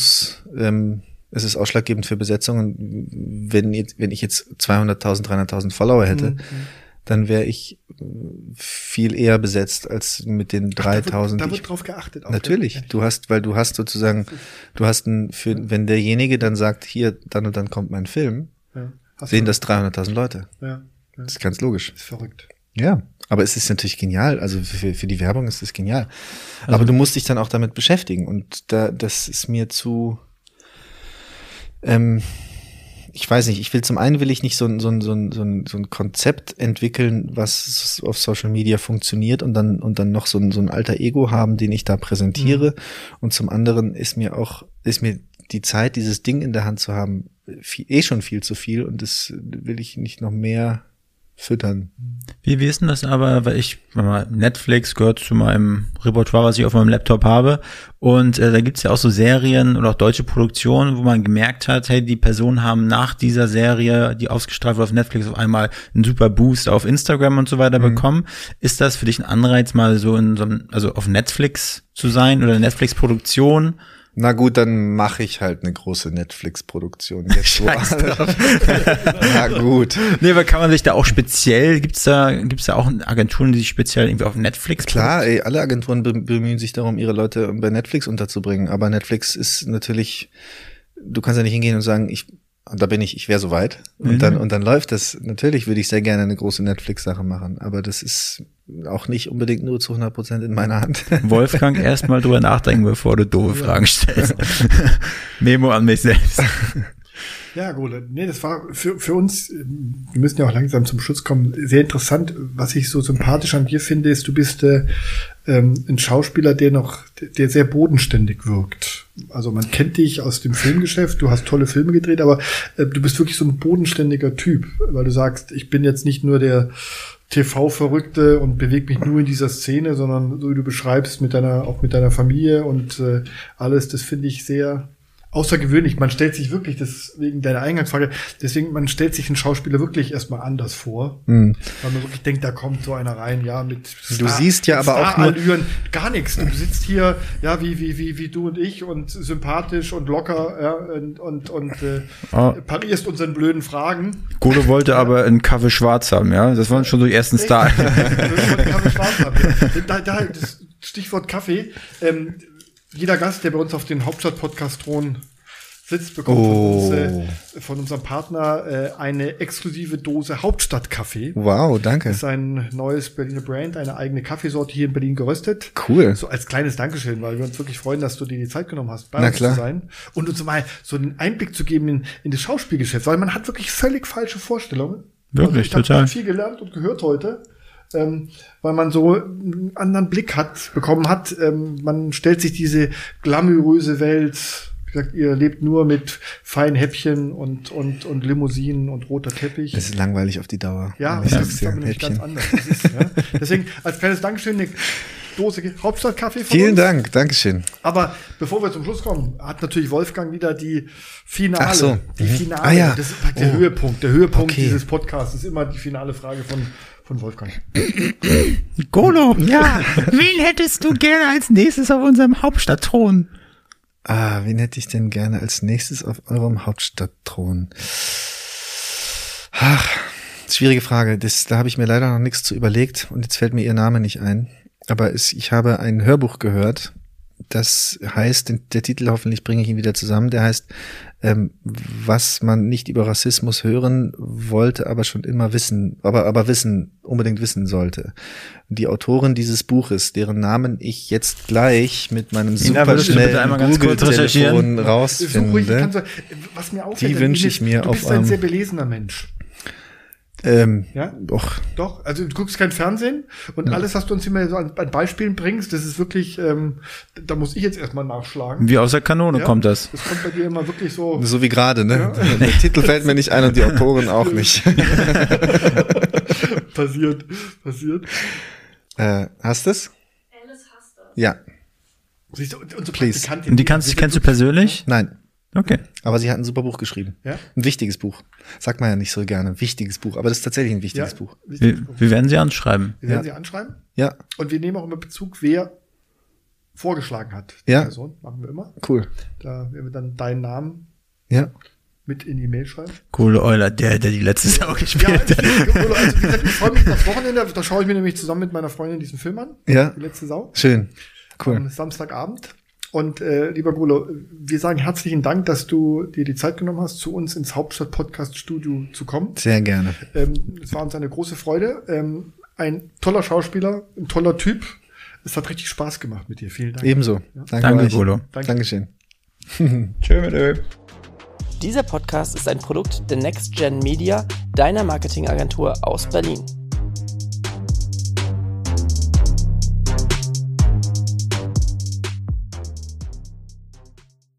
es ist ausschlaggebend für Besetzungen. Wenn ich jetzt 200.000, 300.000 Follower hätte, dann wäre ich viel eher besetzt als mit den 3.000. Da wird drauf geachtet. Natürlich. Du hast wenn derjenige dann sagt, hier, dann und dann kommt mein Film, sehen das 300.000 Leute. Ja. Das ist ganz logisch. Das ist verrückt. Ja, aber es ist natürlich genial. Also für die Werbung ist es genial. Aber du musst dich dann auch damit beschäftigen. Und das ist mir zu, ich weiß nicht, will ich nicht so ein Konzept entwickeln, was auf Social Media funktioniert und dann noch so ein alter Ego haben, den ich da präsentiere. Und zum anderen ist mir die Zeit, dieses Ding in der Hand zu haben, schon viel zu viel und das will ich nicht noch mehr füttern. Wie ist denn das aber, weil Netflix gehört zu meinem Repertoire, was ich auf meinem Laptop habe, und da gibt's ja auch so Serien oder auch deutsche Produktionen, wo man gemerkt hat, hey, die Personen haben nach dieser Serie, die ausgestrahlt wurde auf Netflix, auf einmal einen super Boost auf Instagram und so weiter bekommen. Ist das für dich ein Anreiz, mal so also auf Netflix zu sein oder Netflix-Produktion? Na gut, dann mache ich halt eine große Netflix-Produktion. Jetzt wo Na gut. Nee, aber kann man sich da auch speziell, gibt's da auch Agenturen, die sich speziell irgendwie auf Netflix Klar, alle Agenturen bemühen sich darum, ihre Leute bei Netflix unterzubringen. Aber Netflix ist natürlich, du kannst ja nicht hingehen und sagen, ich wäre soweit. Und dann läuft das. Natürlich würde ich sehr gerne eine große Netflix-Sache machen, aber das ist auch nicht unbedingt nur zu 100% in meiner Hand. Wolfgang, erstmal drüber nachdenken, bevor du doofe Fragen stellst. Memo an mich selbst. Ja, gut. Nee, das war für uns, wir müssen ja auch langsam zum Schluss kommen, sehr interessant. Was ich so sympathisch an dir finde, ist, du bist ein Schauspieler, der sehr bodenständig wirkt. Also man kennt dich aus dem Filmgeschäft, du hast tolle Filme gedreht, aber du bist wirklich so ein bodenständiger Typ, weil du sagst, ich bin jetzt nicht nur der TV-Verrückte und bewege mich nur in dieser Szene, sondern so wie du beschreibst, auch mit deiner Familie und alles, das finde ich sehr außergewöhnlich. Man stellt sich wirklich, deswegen deine Eingangsfrage, man stellt sich einen Schauspieler wirklich erstmal anders vor. Weil man wirklich denkt, da kommt so einer rein, ja, mit Du siehst ja aber auch nur gar nichts. Du sitzt hier, ja, wie du und ich und sympathisch und locker, ja, und parierst unseren blöden Fragen. Golo wollte aber einen Kaffee schwarz haben, ja. Das waren schon so die ersten Style. Kaffee schwarz haben. Das Stichwort Kaffee, jeder Gast, der bei uns auf den Hauptstadt-Podcast-Thron sitzt, bekommt von unserem Partner eine exklusive Dose Hauptstadt-Kaffee. Wow, danke. Das ist ein neues Berliner Brand, eine eigene Kaffeesorte hier in Berlin geröstet. Cool. So als kleines Dankeschön, weil wir uns wirklich freuen, dass du dir die Zeit genommen hast, bei uns zu sein. Und uns mal so einen Einblick zu geben in das Schauspielgeschäft, weil man hat wirklich völlig falsche Vorstellungen. Wirklich, also total. Ich habe viel gelernt und gehört heute. Weil man so einen anderen Blick bekommen hat. Man stellt sich diese glamouröse Welt, wie gesagt, ihr lebt nur mit feinen Häppchen und Limousinen und roter Teppich. Das ist langweilig auf die Dauer. Ja, das ist aber nämlich ganz anders. Deswegen als kleines Dankeschön eine Dose Hauptstadtkaffee von Vielen uns. Dank, Dankeschön. Aber bevor wir zum Schluss kommen, hat natürlich Wolfgang wieder die Finale. Ach so. Die Finale. Ah, ja. Das ist der Höhepunkt. Der Höhepunkt dieses Podcasts ist immer die finale Frage von Wolfgang. Golo, ja. Wen hättest du gerne als nächstes auf unserem Hauptstadtthron? Wen hätte ich denn gerne als nächstes auf eurem Hauptstadtthron? Ach, schwierige Frage. Da habe ich mir leider noch nichts zu überlegt und jetzt fällt mir ihr Name nicht ein. Aber ich habe ein Hörbuch gehört, das heißt, der Titel, hoffentlich bringe ich ihn wieder zusammen, der heißt, was man nicht über Rassismus hören wollte, aber schon immer wissen, aber unbedingt wissen sollte. Die Autorin dieses Buches, deren Namen ich jetzt gleich mit meinem superschnellen Google-Telefon rausfinde, was mir auffällt, die wünsche ich mir auf Du bist ein sehr belesener Mensch. Ja? Doch, also du guckst kein Fernsehen und alles, was du uns immer so an Beispielen bringst, das ist wirklich, da muss ich jetzt erstmal nachschlagen. Wie aus der Kanone kommt das. Das kommt bei dir immer wirklich so. So wie gerade, ne? Ja. Der Titel fällt mir nicht ein und die Autorin auch nicht. Passiert. Hast du es? Alice hasst das. Ja. Siehst du, unsere Please. Und die kennst du persönlich? Nein. Okay. Aber sie hat ein super Buch geschrieben. Ja? Ein wichtiges Buch. Sagt man ja nicht so gerne. Wichtiges Buch. Aber das ist tatsächlich ein wichtiges Buch. Wir werden sie anschreiben. Wir werden sie anschreiben. Ja. Und wir nehmen auch immer Bezug, wer vorgeschlagen hat. Die Person. Machen wir immer. Cool. Da werden wir dann deinen Namen mit in die Mail schreiben. Coole Euler, der die letzte Sau gespielt hat. Also wie gesagt, ich freue mich das Wochenende. Da schaue ich mir nämlich zusammen mit meiner Freundin diesen Film an. Ja. Die letzte Sau. Schön. Cool. Am Samstagabend. Und lieber Golo, wir sagen herzlichen Dank, dass du dir die Zeit genommen hast, zu uns ins Hauptstadt-Podcast-Studio zu kommen. Sehr gerne. Es war uns eine große Freude. Ein toller Schauspieler, ein toller Typ. Es hat richtig Spaß gemacht mit dir. Vielen Dank. Ebenso. Ja. Danke Golo. Dankeschön. Tschö mit Ö. Dieser Podcast ist ein Produkt der Next Gen Media, deiner Marketingagentur aus Berlin.